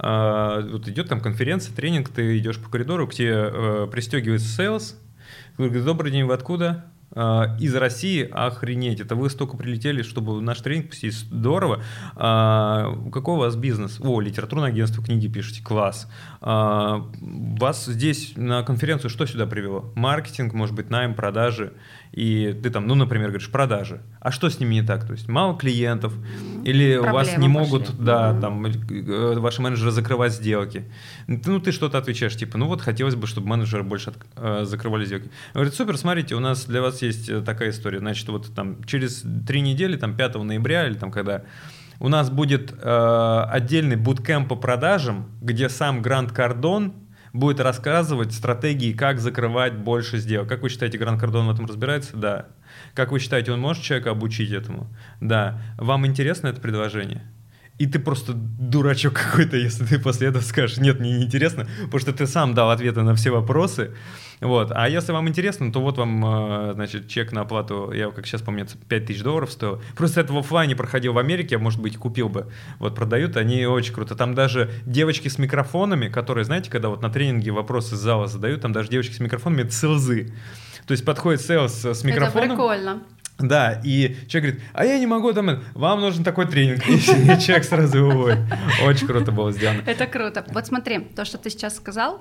вот идет там конференция, тренинг, ты идешь по коридору, к тебе пристегивается сейлс, говорит, добрый день, вы откуда? Из России, охренеть, это вы столько прилетели, чтобы наш тренинг посетить, здорово. А, какой у вас бизнес? О, литературное агентство, книги пишете, класс. А, вас здесь на конференцию что сюда привело? Маркетинг, может быть, найм, продажи. И ты там, ну, например, говоришь, продажи. А что с ними не так? То есть мало клиентов, или проблемы у вас не могут, пошли. да, mm-hmm. там, ваши менеджеры закрывать сделки. Ну, ты что-то отвечаешь, типа, ну вот хотелось бы, чтобы менеджеры больше от, э, закрывали сделки. Говорит, супер, смотрите, у нас для вас есть такая история. Значит, вот там через три недели, там пятого ноября, или там когда... У нас будет э, отдельный буткэмп по продажам, где сам Грант Кардон будет рассказывать стратегии, как закрывать больше сделок. Как вы считаете, Грант Кардон в этом разбирается? Да. Как вы считаете, он может человека обучить этому? Да. Вам интересно это предложение? И ты просто дурачок какой-то, если ты после этого скажешь, нет, мне не интересно, потому что ты сам дал ответы на все вопросы. Вот. А если вам интересно, то вот вам, значит, чек на оплату, я как сейчас помню, пять тысяч долларов стоил. Просто это в офлайне проходил в Америке, я, может быть, купил бы. Вот продают, они очень круто. Там даже девочки с микрофонами, которые, знаете, когда вот на тренинге вопросы из зала задают, там даже девочки с микрофонами, это селзы. То есть подходит селс с микрофоном. Это прикольно. Да, и человек говорит, а я не могу, там, вам нужен такой тренинг. И человек сразу уводит. Очень круто было сделано. Это круто. Вот смотри, то, что ты сейчас сказал,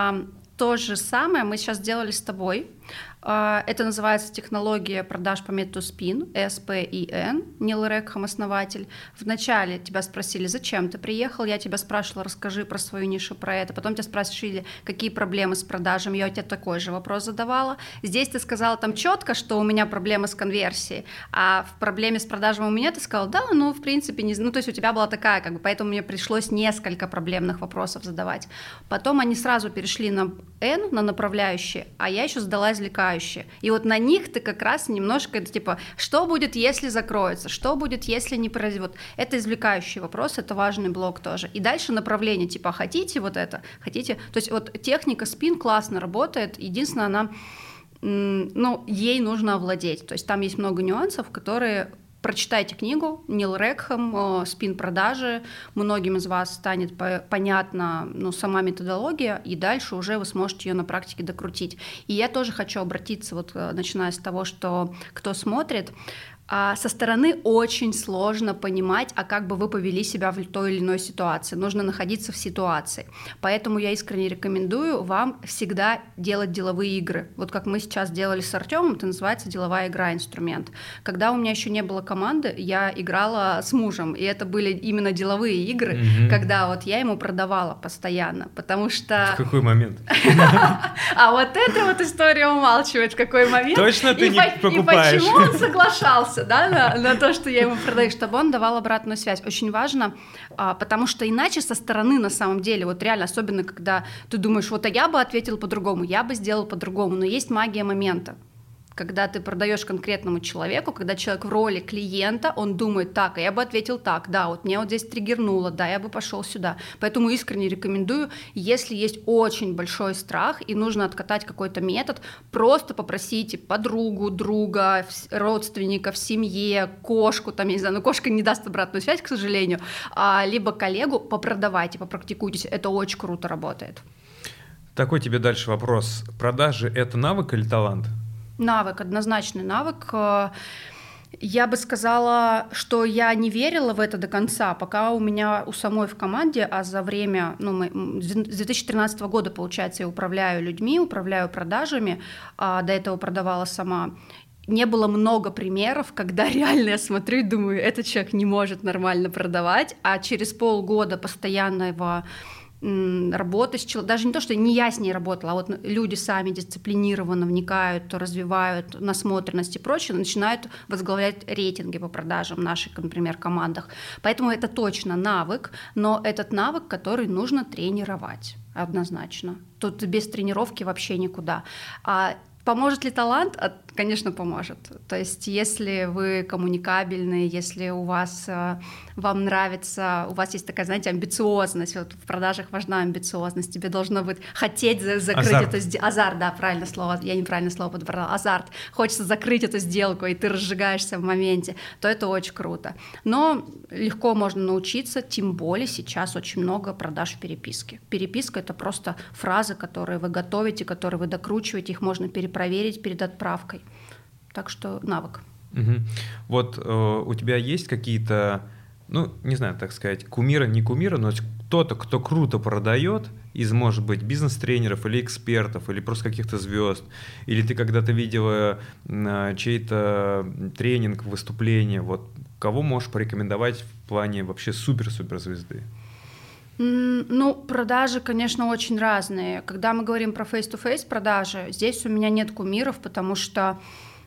то же самое мы сейчас сделали с тобой. Это называется технология продаж по методу спин, эс пи и эн, Нил Рекхам, основатель. Вначале тебя спросили, зачем ты приехал, я тебя спрашивала, расскажи про свою нишу, про это. Потом тебя спросили, какие проблемы с продажами, я тебе такой же вопрос задавала. Здесь ты сказала там четко, что у меня проблемы с конверсией, а в проблеме с продажами у меня ты сказала, да, ну, в принципе, не, ну, то есть у тебя была такая, как бы, поэтому мне пришлось несколько проблемных вопросов задавать. Потом они сразу перешли на N, на направляющие, а я еще задала извлекающие. И вот на них ты как раз немножко, это типа, что будет, если закроется, что будет, если не произойдет. Это извлекающий вопрос, это важный блок тоже. И дальше направление, типа, хотите вот это, хотите, то есть вот техника спин классно работает, единственное, она, ну, ей нужно овладеть, то есть там есть много нюансов, которые... Прочитайте книгу Нил Рекхам «Спин-продажи». Многим из вас станет понятна, ну, сама методология, и дальше уже вы сможете ее на практике докрутить. И я тоже хочу обратиться, вот, начиная с того, что кто смотрит, а со стороны очень сложно понимать, а как бы вы повели себя в той или иной ситуации. Нужно находиться в ситуации. Поэтому я искренне рекомендую вам всегда делать деловые игры. Вот как мы сейчас делали с Артемом, это называется деловая игра, инструмент. Когда у меня еще не было команды, я играла с мужем, и это были именно деловые игры, mm-hmm. когда вот я ему продавала постоянно, потому что... В какой момент? А вот эта вот история умалчивает, в какой момент. Точно ты не покупаешь? И почему он соглашался? Да, на, на то, что я ему продаю, чтобы он давал обратную связь. Очень важно, а, потому что иначе со стороны на самом деле, вот реально, особенно когда ты думаешь, вот а я бы ответил по-другому, я бы сделал по-другому, но есть магия момента. Когда ты продаешь конкретному человеку, когда человек в роли клиента, он думает, так, а я бы ответил так, да, вот мне вот здесь триггернуло, да, я бы пошел сюда. Поэтому искренне рекомендую, если есть очень большой страх и нужно откатать какой-то метод, просто попросите подругу, друга, родственника в семье, кошку, там, я не знаю, ну кошка не даст обратную связь, к сожалению, а, либо коллегу, попродавайте, попрактикуйтесь, это очень круто работает. Такой тебе дальше вопрос. Продажи — это навык или талант? Навык, однозначный навык. Я бы сказала, что я не верила в это до конца, пока у меня у самой в команде, а за время, ну, мы, с две тысячи тринадцатого года, получается, я управляю людьми, управляю продажами, а до этого продавала сама. Не было много примеров, когда реально я смотрю и думаю, этот человек не может нормально продавать, а через полгода постоянного работы с человеком, даже не то, что не я с ней работала, а вот люди сами дисциплинированно вникают, развивают насмотренность и прочее, начинают возглавлять рейтинги по продажам в наших, например, командах. Поэтому это точно навык, но этот навык, который нужно тренировать однозначно. Тут без тренировки вообще никуда. А поможет ли талант? Конечно, поможет. То есть если вы коммуникабельны, если у вас, вам нравится, у вас есть такая, знаете, амбициозность, вот в продажах важна амбициозность, тебе должно быть хотеть закрыть азарт. эту сделку. Азарт, да, правильное слово, я неправильное слово подобрала. Азарт. Хочется закрыть эту сделку, и ты разжигаешься в моменте, то это очень круто. Но легко можно научиться, тем более сейчас очень много продаж в переписке. Переписка — это просто фразы, которые вы готовите, которые вы докручиваете, их можно перепроверить перед отправкой. Так что навык. Угу. Вот э, у тебя есть какие-то, ну, не знаю, так сказать, кумиры, не кумиры, но кто-то, кто круто продает из, может быть, бизнес-тренеров или экспертов, или просто каких-то звезд, или ты когда-то видела э, чей-то тренинг, выступление, вот кого можешь порекомендовать в плане вообще супер-супер звезды? Ну, продажи, конечно, очень разные. Когда мы говорим про face-to-face продажи, здесь у меня нет кумиров, потому что,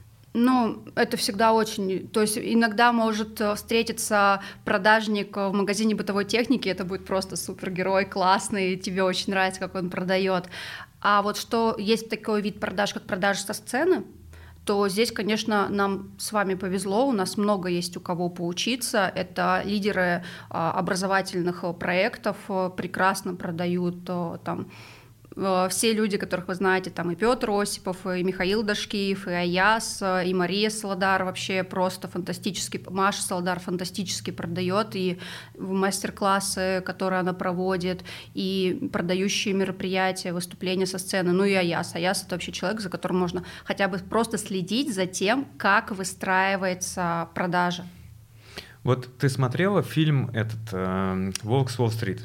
ну, это всегда очень... То есть иногда может встретиться продажник в магазине бытовой техники, это будет просто супергерой, классный, тебе очень нравится, как он продает. А вот что есть такой вид продаж, как продажи со сцены, то здесь, конечно, нам с вами повезло, у нас много есть у кого поучиться. Это лидеры образовательных проектов, прекрасно продают там все люди, которых вы знаете, там и Петр Осипов, и Михаил Дашкиев, и Аяс, и Мария Солодар вообще просто фантастически, Маша Солодар фантастически продает, и мастер-классы, которые она проводит, и продающие мероприятия, выступления со сцены, ну и Аяс. Аяс — это вообще человек, за которым можно хотя бы просто следить за тем, как выстраивается продажа. Вот ты смотрела фильм этот э, «Волк с Уолл-стрит»?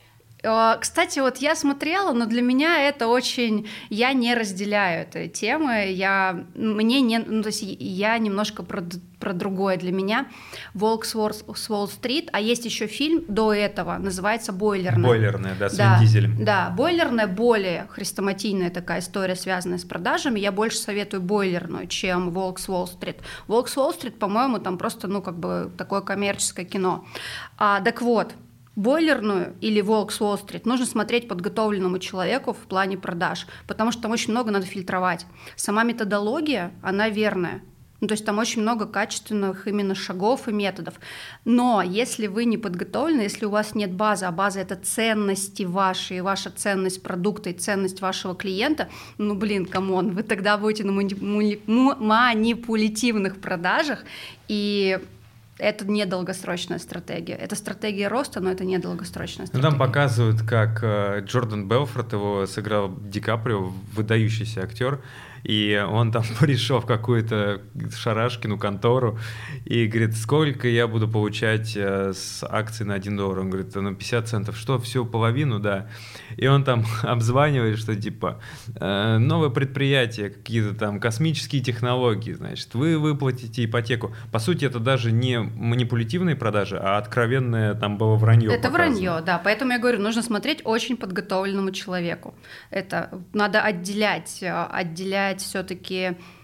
Кстати, вот я смотрела, но для меня это очень... Я не разделяю этой темы, я... Мне не... Ну, то есть я немножко про, про другое. Для меня «Волк с Уолл-стрит», а есть еще фильм до этого, называется «Бойлерная». «Бойлерная», да, с да, Вин Дизелем. Да, «Бойлерная» более хрестоматийная такая история, связанная с продажами. Я больше советую «Бойлерную», чем «Волк с Уолл-стрит». «Волк с Уолл-стрит», по-моему, там просто, ну, как бы такое коммерческое кино. А, так вот, «Бойлерную» или «Волк с Уолл-стрит» нужно смотреть подготовленному человеку в плане продаж, потому что там очень много надо фильтровать. Сама методология, она верная. Ну, то есть там очень много качественных именно шагов и методов. Но если вы не подготовлены, если у вас нет базы, а база — это ценности ваши, и ваша ценность продукта, и ценность вашего клиента, ну, блин, камон, вы тогда будете на мани- манипулятивных продажах, и это не долгосрочная стратегия. Это стратегия роста, но это не долгосрочная стратегия. Ну, там показывают, как э, Джордан Белфорд, его сыграл Ди Каприо, выдающийся актер, и он там пришел в какую-то Шарашкину контору и говорит, сколько я буду получать э, с акций на один доллар? Он говорит, ну, пятьдесят центов. Что, всю половину? Да. И он там обзванивает, что типа э, новое предприятие, какие-то там космические технологии, значит, вы выплатите ипотеку. По сути, это даже не манипулятивные продажи, а откровенное там было вранье. Это показано. вранье, да. Поэтому я говорю, нужно смотреть очень подготовленному человеку. Это надо отделять, отделять все-таки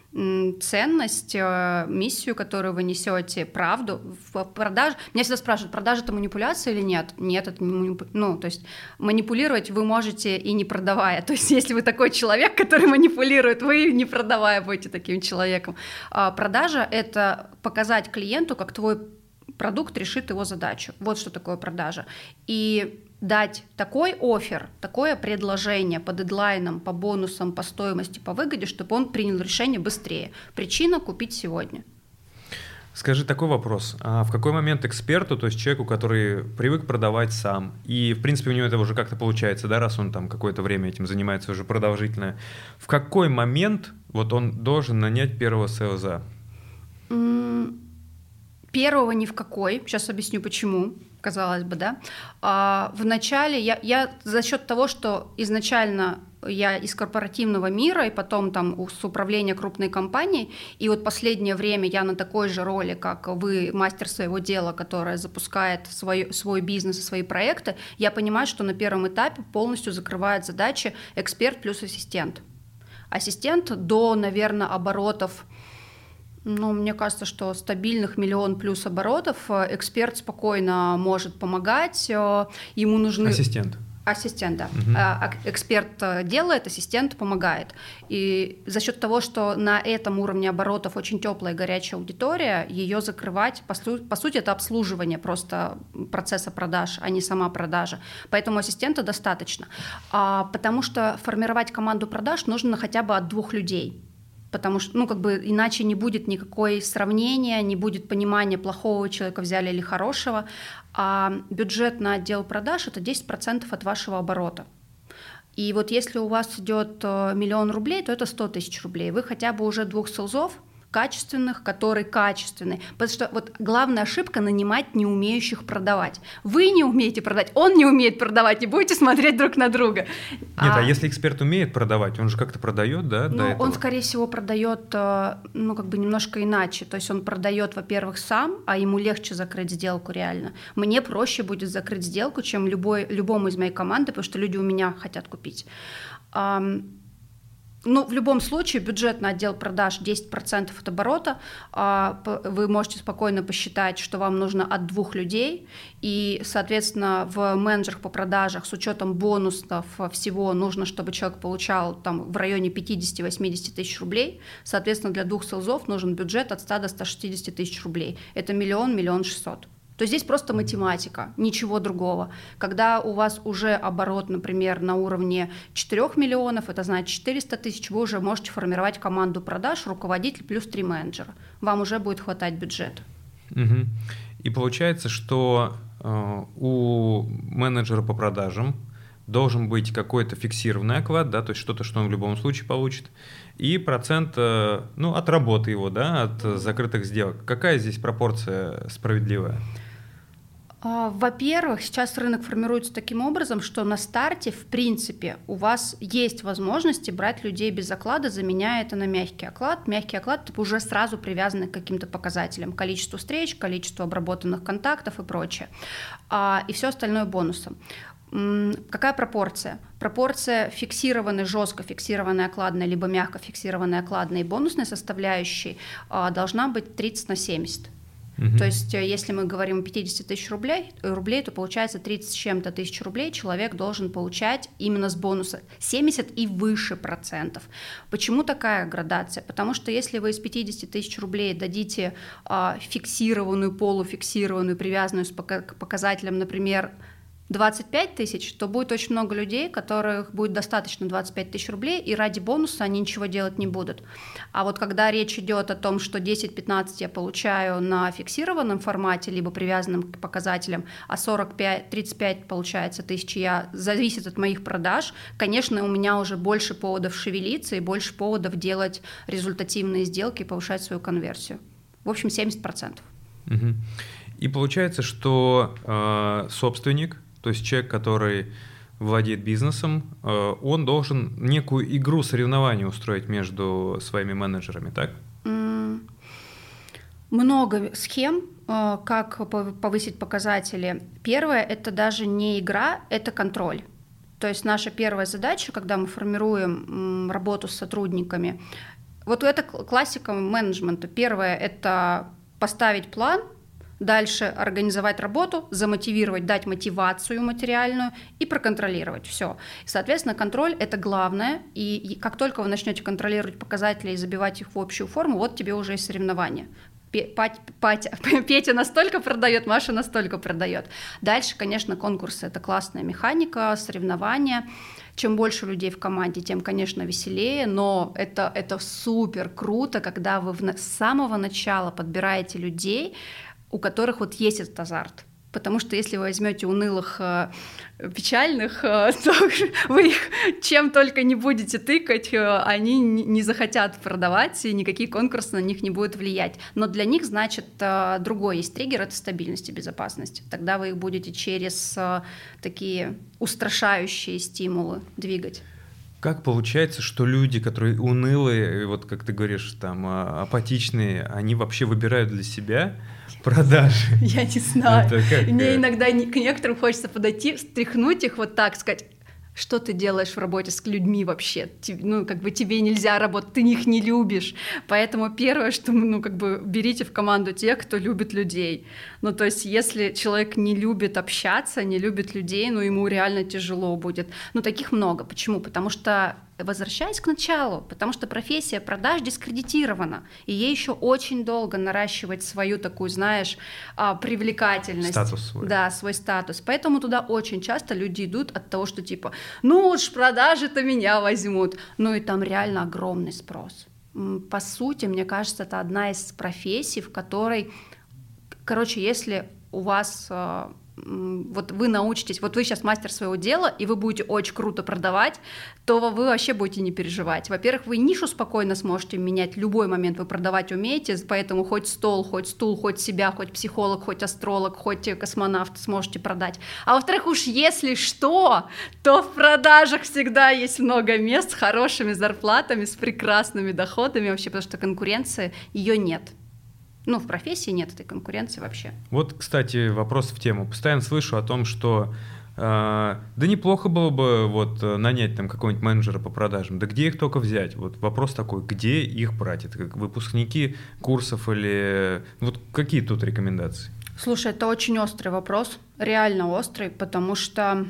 ценность, миссию, которую вы несете, правду в продаже. Меня всегда спрашивают, продажа это манипуляция или нет? Нет, это не манипуляция. Ну, то есть манипулировать вы можете и не продавая. То есть если вы такой человек, который манипулирует, вы не продавая будете таким человеком. А продажа — это показать клиенту, как твой продукт решит его задачу. Вот что такое продажа. И дать такой оффер, такое предложение по дедлайнам, по бонусам, по стоимости, по выгоде, чтобы он принял решение быстрее. Причина — купить сегодня. Скажи такой вопрос. А в какой момент эксперту, то есть человеку, который привык продавать сам, и, в принципе, у него это уже как-то получается, да, раз он там какое-то время этим занимается уже продолжительное, в какой момент вот он должен нанять первого селза? Первого ни в какой. Сейчас объясню, почему. Казалось бы, да. А, вначале я, я за счет того, что изначально я из корпоративного мира и потом там с управления крупной компанией, и вот последнее время я на такой же роли, как вы, мастер своего дела, которая запускает свой, свой бизнес и свои проекты, я понимаю, что на первом этапе полностью закрывает задачи эксперт плюс ассистент. Ассистент до, наверное, оборотов, ну, мне кажется, что стабильных миллион плюс оборотов эксперт спокойно может помогать, ему нужны... Ассистент. Ассистент, да. Угу. Эксперт делает, ассистент помогает. И за счет того, что на этом уровне оборотов очень теплая и горячая аудитория, ее закрывать, по, су- по сути, это обслуживание просто процесса продаж, а не сама продажа. Поэтому ассистента достаточно. А, потому что формировать команду продаж нужно хотя бы от двух людей. Потому что, ну, как бы иначе не будет никакой сравнения, не будет понимания, плохого человека взяли или хорошего. А бюджет на отдел продаж – это десять процентов от вашего оборота. И вот если у вас идет миллион рублей, то это сто тысяч рублей. Вы хотя бы уже двух селзов качественных, которые качественные. Потому что вот главная ошибка — нанимать не умеющих продавать. Вы не умеете продавать, он не умеет продавать, и будете смотреть друг на друга. Нет, а, а если эксперт умеет продавать, он же как-то продает, да? Ну, до этого? Он, скорее всего, продает, ну, как бы немножко иначе. То есть он продает, во-первых, сам, а ему легче закрыть сделку реально. Мне проще будет закрыть сделку, чем любой, любому из моей команды, потому что люди у меня хотят купить. Ну, в любом случае, бюджет на отдел продаж десять процентов от оборота. Вы можете спокойно посчитать, что вам нужно от двух людей. И, соответственно, в менеджерах по продажах с учетом бонусов всего нужно, чтобы человек получал там, в районе пятьдесят-восемьдесят тысяч рублей. Соответственно, для двух селзов нужен бюджет от ста до ста шестидесяти тысяч рублей. Это миллион, миллион шестьсот. То здесь просто математика, ничего другого. Когда у вас уже оборот, например, на уровне четырёх миллионов, это значит четыреста тысяч, вы уже можете формировать команду продаж, руководитель плюс три менеджера. Вам уже будет хватать бюджета. Угу. И получается, что э, у менеджера по продажам должен быть какой-то фиксированный оклад, да, то есть что-то, что он в любом случае получит, и процент, э, ну, от работы его, да, от закрытых сделок. Какая здесь пропорция справедливая? Во-первых, сейчас рынок формируется таким образом, что на старте, в принципе, у вас есть возможности брать людей без оклада, заменяя это на мягкий оклад. Мягкий оклад уже сразу привязан к каким-то показателям: количеству встреч, количеству обработанных контактов и прочее. И все остальное бонусом. Какая пропорция? Пропорция фиксированной, жестко фиксированной окладной, либо мягко фиксированной окладной и бонусной составляющей должна быть тридцать на семьдесят. Uh-huh. То есть, если мы говорим о пятидесяти тысяч рублей, рублей, то получается тридцать с чем-то тысяч рублей человек должен получать именно с бонуса семьдесят и выше процентов. Почему такая градация? Потому что если вы из пятидесяти тысяч рублей дадите а, фиксированную, полуфиксированную, привязанную с пока- к показателям, например, двадцать пять тысяч, то будет очень много людей, которых будет достаточно двадцать пять тысяч рублей, и ради бонуса они ничего делать не будут. А вот когда речь идет о том, что десять-пятнадцать я получаю на фиксированном формате, либо привязанном к показателям, а сорок пять тридцать пять получается тысяч я, зависит от моих продаж, конечно, у меня уже больше поводов шевелиться и больше поводов делать результативные сделки и повышать свою конверсию. В общем, семьдесят процентов. Угу. И получается, что э, собственник, то есть человек, который владеет бизнесом, он должен некую игру соревнований устроить между своими менеджерами, так? Много схем, как повысить показатели. Первое – это даже не игра, это контроль. То есть наша первая задача, когда мы формируем работу с сотрудниками, вот это классика менеджмента. Первое – это поставить план, дальше организовать работу, замотивировать, дать мотивацию материальную и проконтролировать все. Соответственно, контроль – это главное, и как только вы начнете контролировать показатели и забивать их в общую форму, вот тебе уже и соревнования. Патя, Петя настолько продает, Маша настолько продает. Дальше, конечно, конкурсы – это классная механика, соревнования. Чем больше людей в команде, тем, конечно, веселее, но это, это супер круто, когда вы с самого начала подбираете людей, у которых вот есть этот азарт. Потому что если вы возьмете унылых, печальных, то вы их чем только не будете тыкать, они не захотят продавать, и никакие конкурсы на них не будут влиять. Но для них, значит, другой есть триггер — это стабильность и безопасность. Тогда вы их будете через такие устрашающие стимулы двигать. Как получается, что люди, которые унылые, вот как ты говоришь, там, апатичные, они вообще выбирают для себя продажи? Я не знаю. Мне иногда к некоторым хочется подойти, встряхнуть их вот так, сказать: что ты делаешь в работе с людьми вообще? Ну, как бы тебе нельзя работать, ты их не любишь. Поэтому первое, что, ну, как бы берите в команду тех, кто любит людей. Ну, то есть, если человек не любит общаться, не любит людей, ну, ему реально тяжело будет. Ну, таких много. Почему? Потому что, возвращаясь к началу, потому что профессия продаж дискредитирована, и ей еще очень долго наращивать свою такую, знаешь, привлекательность. Статус свой. Да, свой статус. Поэтому туда очень часто люди идут от того, что типа, ну уж продажи-то меня возьмут. Ну и там реально огромный спрос. По сути, мне кажется, это одна из профессий, в которой, короче, если у вас... вот вы научитесь, вот вы сейчас мастер своего дела, и вы будете очень круто продавать, то вы вообще будете не переживать. Во-первых, вы нишу спокойно сможете менять, любой момент вы продавать умеете, поэтому хоть стол, хоть стул, хоть себя, хоть психолог, хоть астролог, хоть космонавт сможете продать. А во-вторых, уж если что, то в продажах всегда есть много мест с хорошими зарплатами, с прекрасными доходами вообще, потому что конкуренции ее нет. Ну, в профессии нет этой конкуренции вообще. Вот, кстати, вопрос в тему. Постоянно слышу о том, что э, да неплохо было бы вот нанять там какого-нибудь менеджера по продажам. Да где их только взять? Вот вопрос такой, где их брать? Это как выпускники курсов или... Вот какие тут рекомендации? Слушай, это очень острый вопрос, реально острый, потому что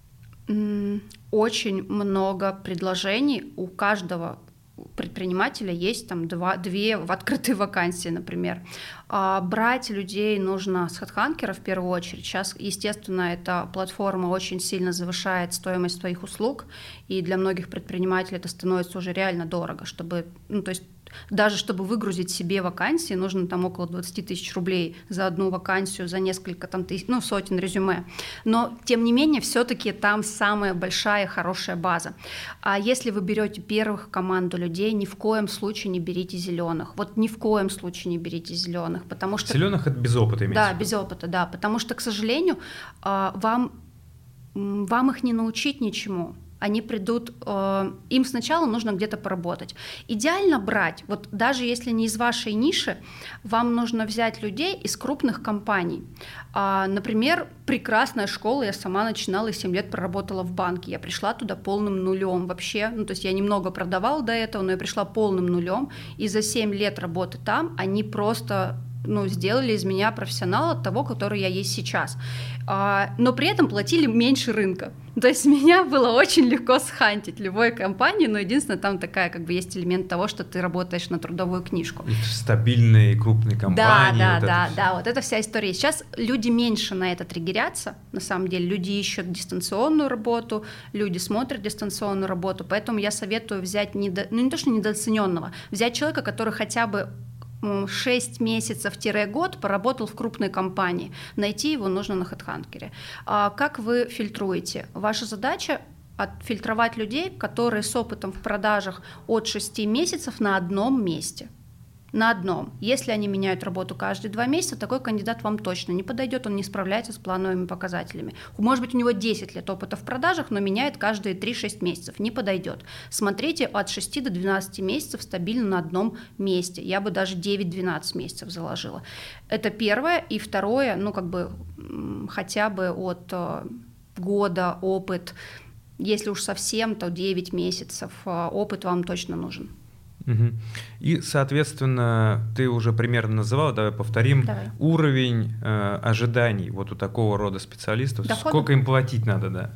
м- очень много предложений у каждого предпринимателя есть там два, две в открытые вакансии, например. А брать людей нужно с HeadHunter в первую очередь. Сейчас, естественно, эта платформа очень сильно завышает стоимость своих услуг, и для многих предпринимателей это становится уже реально дорого, чтобы, ну, то есть даже чтобы выгрузить себе вакансии, нужно там около двадцать тысяч рублей за одну вакансию, за несколько там тысяч, ну, сотен резюме. Но, тем не менее, все-таки там самая большая хорошая база. А если вы берете первых в команду людей, ни в коем случае не берите зеленых. Вот ни в коем случае не берите зеленых, потому что... Зеленых — это без опыта имеется? Да, без опыта, да, потому что, к сожалению, вам, вам их не научить ничему. Они придут, э, им сначала нужно где-то поработать. Идеально брать, вот даже если не из вашей ниши, вам нужно взять людей из крупных компаний. А, например, прекрасная школа, я сама начинала и семь лет проработала в банке. Я пришла туда полным нулем вообще, ну то есть я немного продавала до этого, но я пришла полным нулем, и за семь лет работы там они просто... ну, сделали из меня профессионала того, который я есть сейчас. А, но при этом платили меньше рынка. То есть меня было очень легко схантить любой компании, но единственное, там такая, как бы, есть элемент того, что ты работаешь на трудовую книжку. И в стабильной крупной компании. Да, да, вот да, это да, вот это вся история. Сейчас люди меньше на это триггерятся, на самом деле. Люди ищут дистанционную работу, люди смотрят дистанционную работу, поэтому я советую взять, недо... ну не то, что недооцененного, взять человека, который хотя бы шесть месяцев-год поработал в крупной компании. Найти его нужно на HeadHunter. А как вы фильтруете? Ваша задача — отфильтровать людей, которые с опытом в продажах от шести месяцев на одном месте. На одном. Если они меняют работу каждые два месяца, такой кандидат вам точно не подойдет, он не справляется с плановыми показателями. Может быть, у него десять лет опыта в продажах, но меняет каждые три-шесть месяцев, не подойдет. Смотрите от шести до двенадцати месяцев стабильно на одном месте. Я бы даже девять-двенадцать месяцев заложила. Это первое. И второе, ну как бы хотя бы от года опыт. Если уж совсем, то девять месяцев опыт вам точно нужен. Угу. И, соответственно, ты уже примерно называл, давай повторим, давай. уровень э, ожиданий вот у такого рода специалистов. Дохода? Сколько им платить надо, да?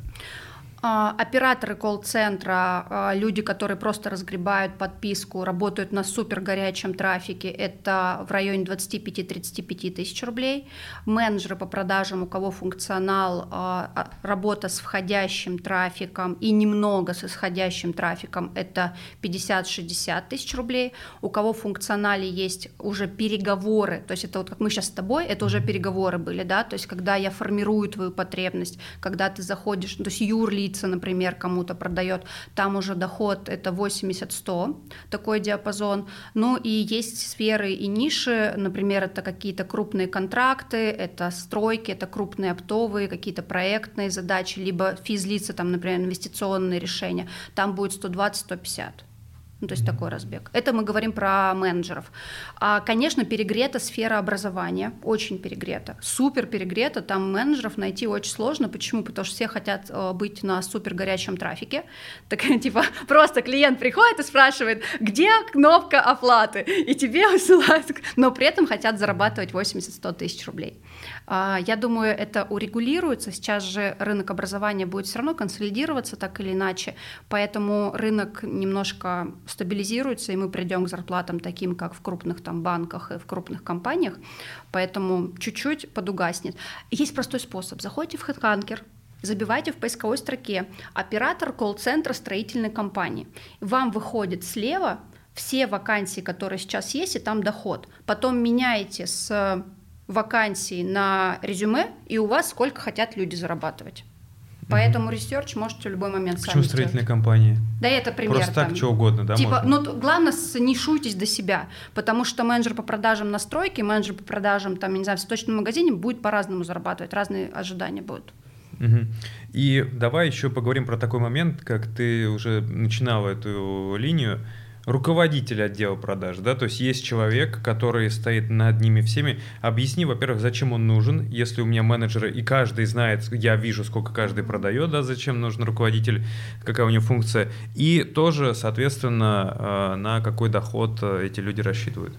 Операторы колл-центра, люди, которые просто разгребают подписку, работают на супер горячем трафике, это в районе двадцать пять - тридцать пять тысяч рублей. Менеджеры по продажам, у кого функционал, работа с входящим трафиком и немного с исходящим трафиком, это пятьдесят - шестьдесят тысяч рублей. У кого в функционале есть уже переговоры, то есть это вот как мы сейчас с тобой, это уже переговоры были, да, то есть когда я формирую твою потребность, когда ты заходишь, то есть юрлиц, например, кому-то продает, там уже доход это восемьдесят - сто, такой диапазон. Ну и есть сферы и ниши, например, это какие-то крупные контракты, это стройки, это крупные оптовые, какие-то проектные задачи, либо физлица, там, например, инвестиционные решения, там будет сто двадцать - сто пятьдесят. Ну, то есть такой разбег. Это мы говорим про менеджеров. А, конечно, перегрета сфера образования, очень перегрета, супер перегрета, там менеджеров найти очень сложно. Почему? Потому что все хотят быть на супер горячем трафике. Так, типа, просто клиент приходит и спрашивает, где кнопка оплаты, и тебе высылают, но при этом хотят зарабатывать восемьдесят - сто тысяч рублей. А, я думаю, это урегулируется. Сейчас же рынок образования будет все равно консолидироваться так или иначе, поэтому рынок немножко стабилизируется, и мы придем к зарплатам таким, как в крупных там банках и в крупных компаниях, поэтому чуть-чуть подугаснет. Есть простой способ. Заходите в HeadHunter, забивайте в поисковой строке «оператор колл-центра строительной компании». Вам выходит слева все вакансии, которые сейчас есть, и там доход. Потом меняете с вакансии на резюме, и у вас сколько хотят люди зарабатывать. Поэтому ресерч можете в любой момент сами Почему строительные компании? Да, это пример. Просто так, там. что угодно, да? Типа, можно? ну, главное, не шуйтесь до себя, потому что менеджер по продажам на стройке, менеджер по продажам, там, не знаю, в цветочном магазине будет по-разному зарабатывать, разные ожидания будут. Угу. И давай еще поговорим про такой момент, как ты уже начинала эту линию, руководитель отдела продаж, да, то есть есть человек, который стоит над ними всеми. Объясни, во-первых, зачем он нужен, если у меня менеджеры, и каждый знает, я вижу, сколько каждый продает, да, зачем нужен руководитель, какая у него функция, и тоже, соответственно, на какой доход эти люди рассчитывают.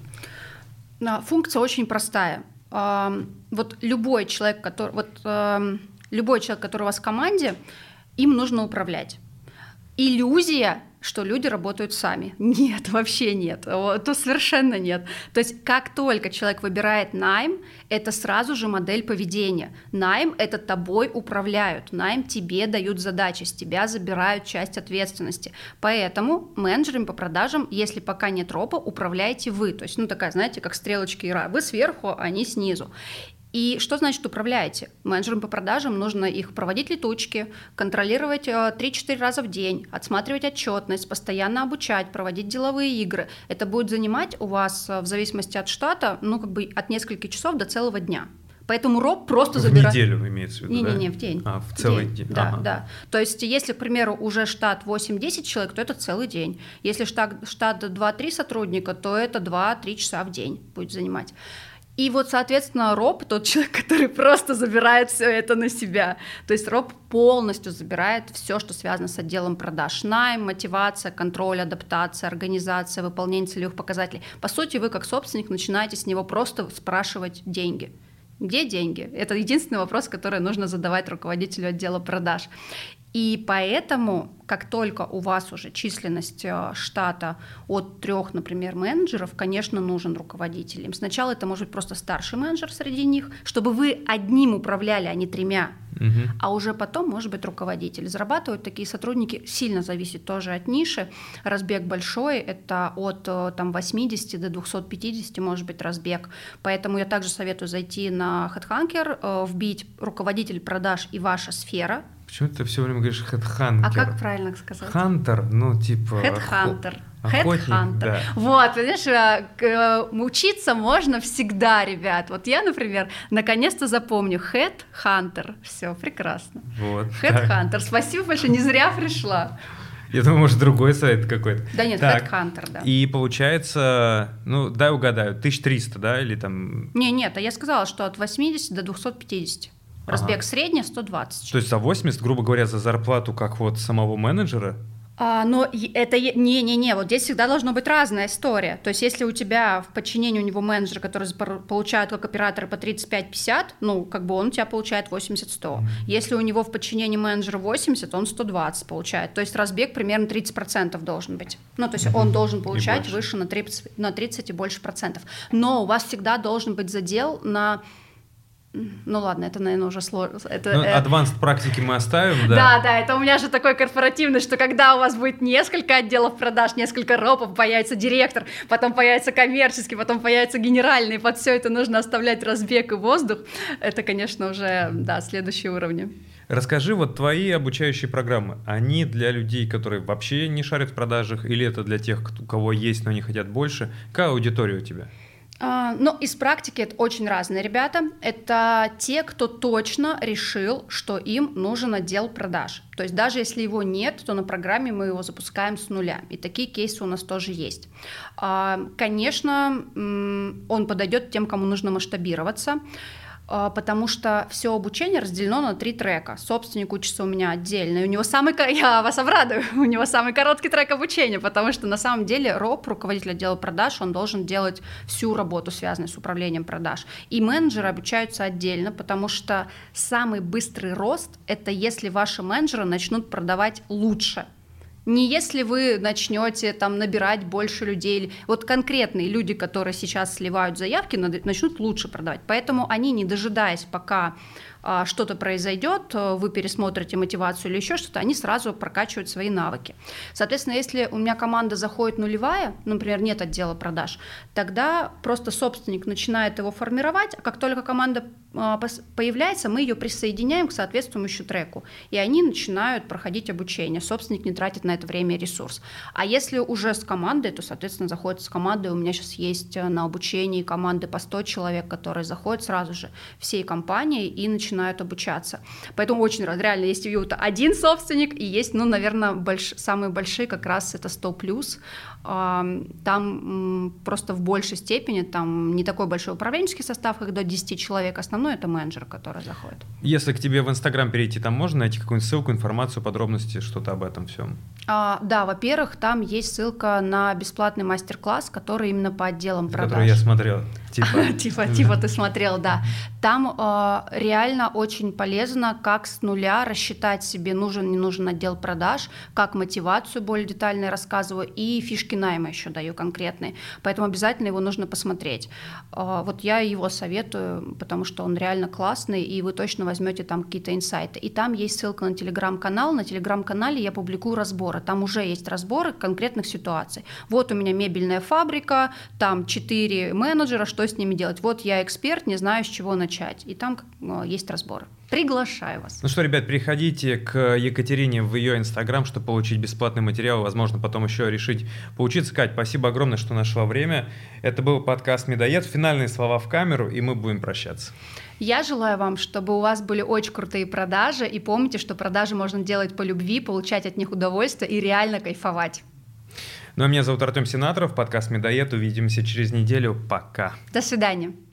Функция очень простая. Вот любой человек, который, вот, любой человек, который у вас в команде, им нужно управлять. Иллюзия, что люди работают сами. Нет, вообще нет. То совершенно нет. То есть как только человек выбирает найм, это сразу же модель поведения. Найм — это тобой управляют, найм тебе дают задачи, с тебя забирают часть ответственности. Поэтому менеджерами по продажам, если пока нет ропа, управляете вы. То есть, ну такая, знаете, как стрелочки ИРА. Вы сверху, они снизу. И что значит управляете? Менеджерам по продажам нужно их проводить летучки, контролировать три-четыре раза в день, отсматривать отчетность, постоянно обучать, проводить деловые игры. Это будет занимать у вас в зависимости от штата, ну как бы от нескольких часов до целого дня. Поэтому роб просто забирает... В неделю имеется в виду, не, да? Не-не-не, в день. А, в целый день. день. Да, ага. да. То есть если, к примеру, уже штат восемь-десять человек, то это целый день. Если штат, штат два-три сотрудника, то это два-три часа в день будет занимать. И вот, соответственно, роб — тот человек, который просто забирает все это на себя. То есть роб полностью забирает все, что связано с отделом продаж. Найм, мотивация, контроль, адаптация, организация, выполнение целевых показателей. По сути, вы как собственник начинаете с него просто спрашивать деньги. Где деньги? Это единственный вопрос, который нужно задавать руководителю отдела продаж. И поэтому, как только у вас уже численность штата от трех, например, менеджеров, конечно, нужен руководитель. Им сначала это может быть просто старший менеджер среди них, чтобы вы одним управляли, а не тремя, угу. А уже потом может быть руководитель. Зарабатывают такие сотрудники, сильно зависит тоже от ниши. Разбег большой, это от там, восьмидесяти до двухсот пятидесяти может быть разбег. Поэтому я также советую зайти на HeadHunter, вбить руководитель продаж и ваша сфера. Почему ты все время говоришь HeadHunter? А как правильно сказать? Хантер, ну типа... HeadHunter. Охотник, HeadHunter. Да. Вот, понимаешь, учиться можно всегда, ребят. Вот я, например, наконец-то запомню HeadHunter. Все, прекрасно. Вот. HeadHunter. Спасибо большое, не зря пришла. Я думаю, может, другой сайт какой-то. Да нет, так, HeadHunter, да. И получается, ну, дай угадаю, тысяча триста, да, или там... Не, нет, а я сказала, что от восьмидесяти до двухсот пятидесяти. Разбег ага. средний сто двадцать. То есть за восемьдесят, грубо говоря, за зарплату как вот самого менеджера? А, но это не-не-не, вот здесь всегда должна быть разная история. То есть если у тебя в подчинении у него менеджер, который получает как операторы по тридцать пять пятьдесят, ну, как бы он у тебя получает восемьдесят сто. Mm-hmm. Если у него в подчинении менеджера восемьдесят, он сто двадцать получает. То есть разбег примерно тридцать процентов должен быть. Ну, то есть mm-hmm. он должен получать выше на тридцать, на тридцать и больше процентов. Но у вас всегда должен быть задел на... Ну ладно, это, наверное, уже сложно. Это, ну, э... advanced практики мы оставим, да? Да, да, это у меня же такой корпоративный, что когда у вас будет несколько отделов продаж, несколько ропов, появится директор, потом появится коммерческий, потом появится генеральный, под все это нужно оставлять разбег и воздух. Это, конечно, уже, да, следующие уровни. Расскажи, вот твои обучающие программы, они для людей, которые вообще не шарят в продажах, или это для тех, у кого есть, но не хотят больше? Какая аудитория у тебя? Ну, из практики это очень разные ребята. Это те, кто точно решил, что им нужен отдел продаж. То есть даже если его нет, то на программе мы его запускаем с нуля. И такие кейсы у нас тоже есть. Конечно, он подойдет тем, кому нужно масштабироваться, потому что все обучение разделено на три трека. Собственник учится у меня отдельно, и у него самый, я вас обрадую, у него самый короткий трек обучения, потому что на самом деле РОП, руководитель отдела продаж, он должен делать всю работу, связанную с управлением продаж. И менеджеры обучаются отдельно, потому что самый быстрый рост – это если ваши менеджеры начнут продавать лучше. Не если вы начнете там набирать больше людей. Вот конкретные люди, которые сейчас сливают заявки, начнут лучше продавать. Поэтому они, не дожидаясь, пока а, что-то произойдет, вы пересмотрите мотивацию или еще что-то, они сразу прокачивают свои навыки. Соответственно, если у меня команда заходит нулевая, например, нет отдела продаж, тогда просто собственник начинает его формировать, а как только команда а, появляется, мы ее присоединяем к соответствующему треку, и они начинают проходить обучение. Собственник не тратит на это время и ресурс. А если уже с командой, то, соответственно, заходит с командой. У меня сейчас есть на обучении команды по сто человек, которые заходят сразу же всей компании и начинают обучаться. Поэтому очень рад. Реально есть у Юта один собственник, и есть, ну, наверное, больш... самые большие как раз это сто плюс. Там просто в большей степени, там не такой большой управленческий состав, как до десяти человек. Основной это менеджер, который заходит. Если к тебе в Инстаграм перейти, там можно найти какую-нибудь ссылку, информацию, подробности, что-то об этом всем? А, да, во-первых, там есть ссылка на бесплатный мастер-класс, который именно по отделам продаж. Который я смотрел. Типа, типа, типа ты смотрел, да. Там э, реально очень полезно, как с нуля рассчитать себе нужен, не нужен отдел продаж, как мотивацию более детально рассказываю, и фишки найма еще даю конкретные. Поэтому обязательно его нужно посмотреть. Э, вот я его советую, потому что он реально классный, и вы точно возьмете там какие-то инсайты. И там есть ссылка на телеграм-канал. На телеграм-канале я публикую разборы. Там уже есть разборы конкретных ситуаций. Вот у меня мебельная фабрика, там четыре менеджера, что с ними делать. Вот я эксперт, не знаю, с чего начать. И там есть разборы. Приглашаю вас. Ну что, ребят, переходите к Екатерине в ее Инстаграм, чтобы получить бесплатный материал, возможно, потом еще решить поучиться. Кать, спасибо огромное, что нашла время. Это был подкаст «Медоед». Финальные слова в камеру, и мы будем прощаться. Я желаю вам, чтобы у вас были очень крутые продажи, и помните, что продажи можно делать по любви, получать от них удовольствие и реально кайфовать. Ну а меня зовут Артем Сенаторов, подкаст «Медоед». Увидимся через неделю. Пока. До свидания.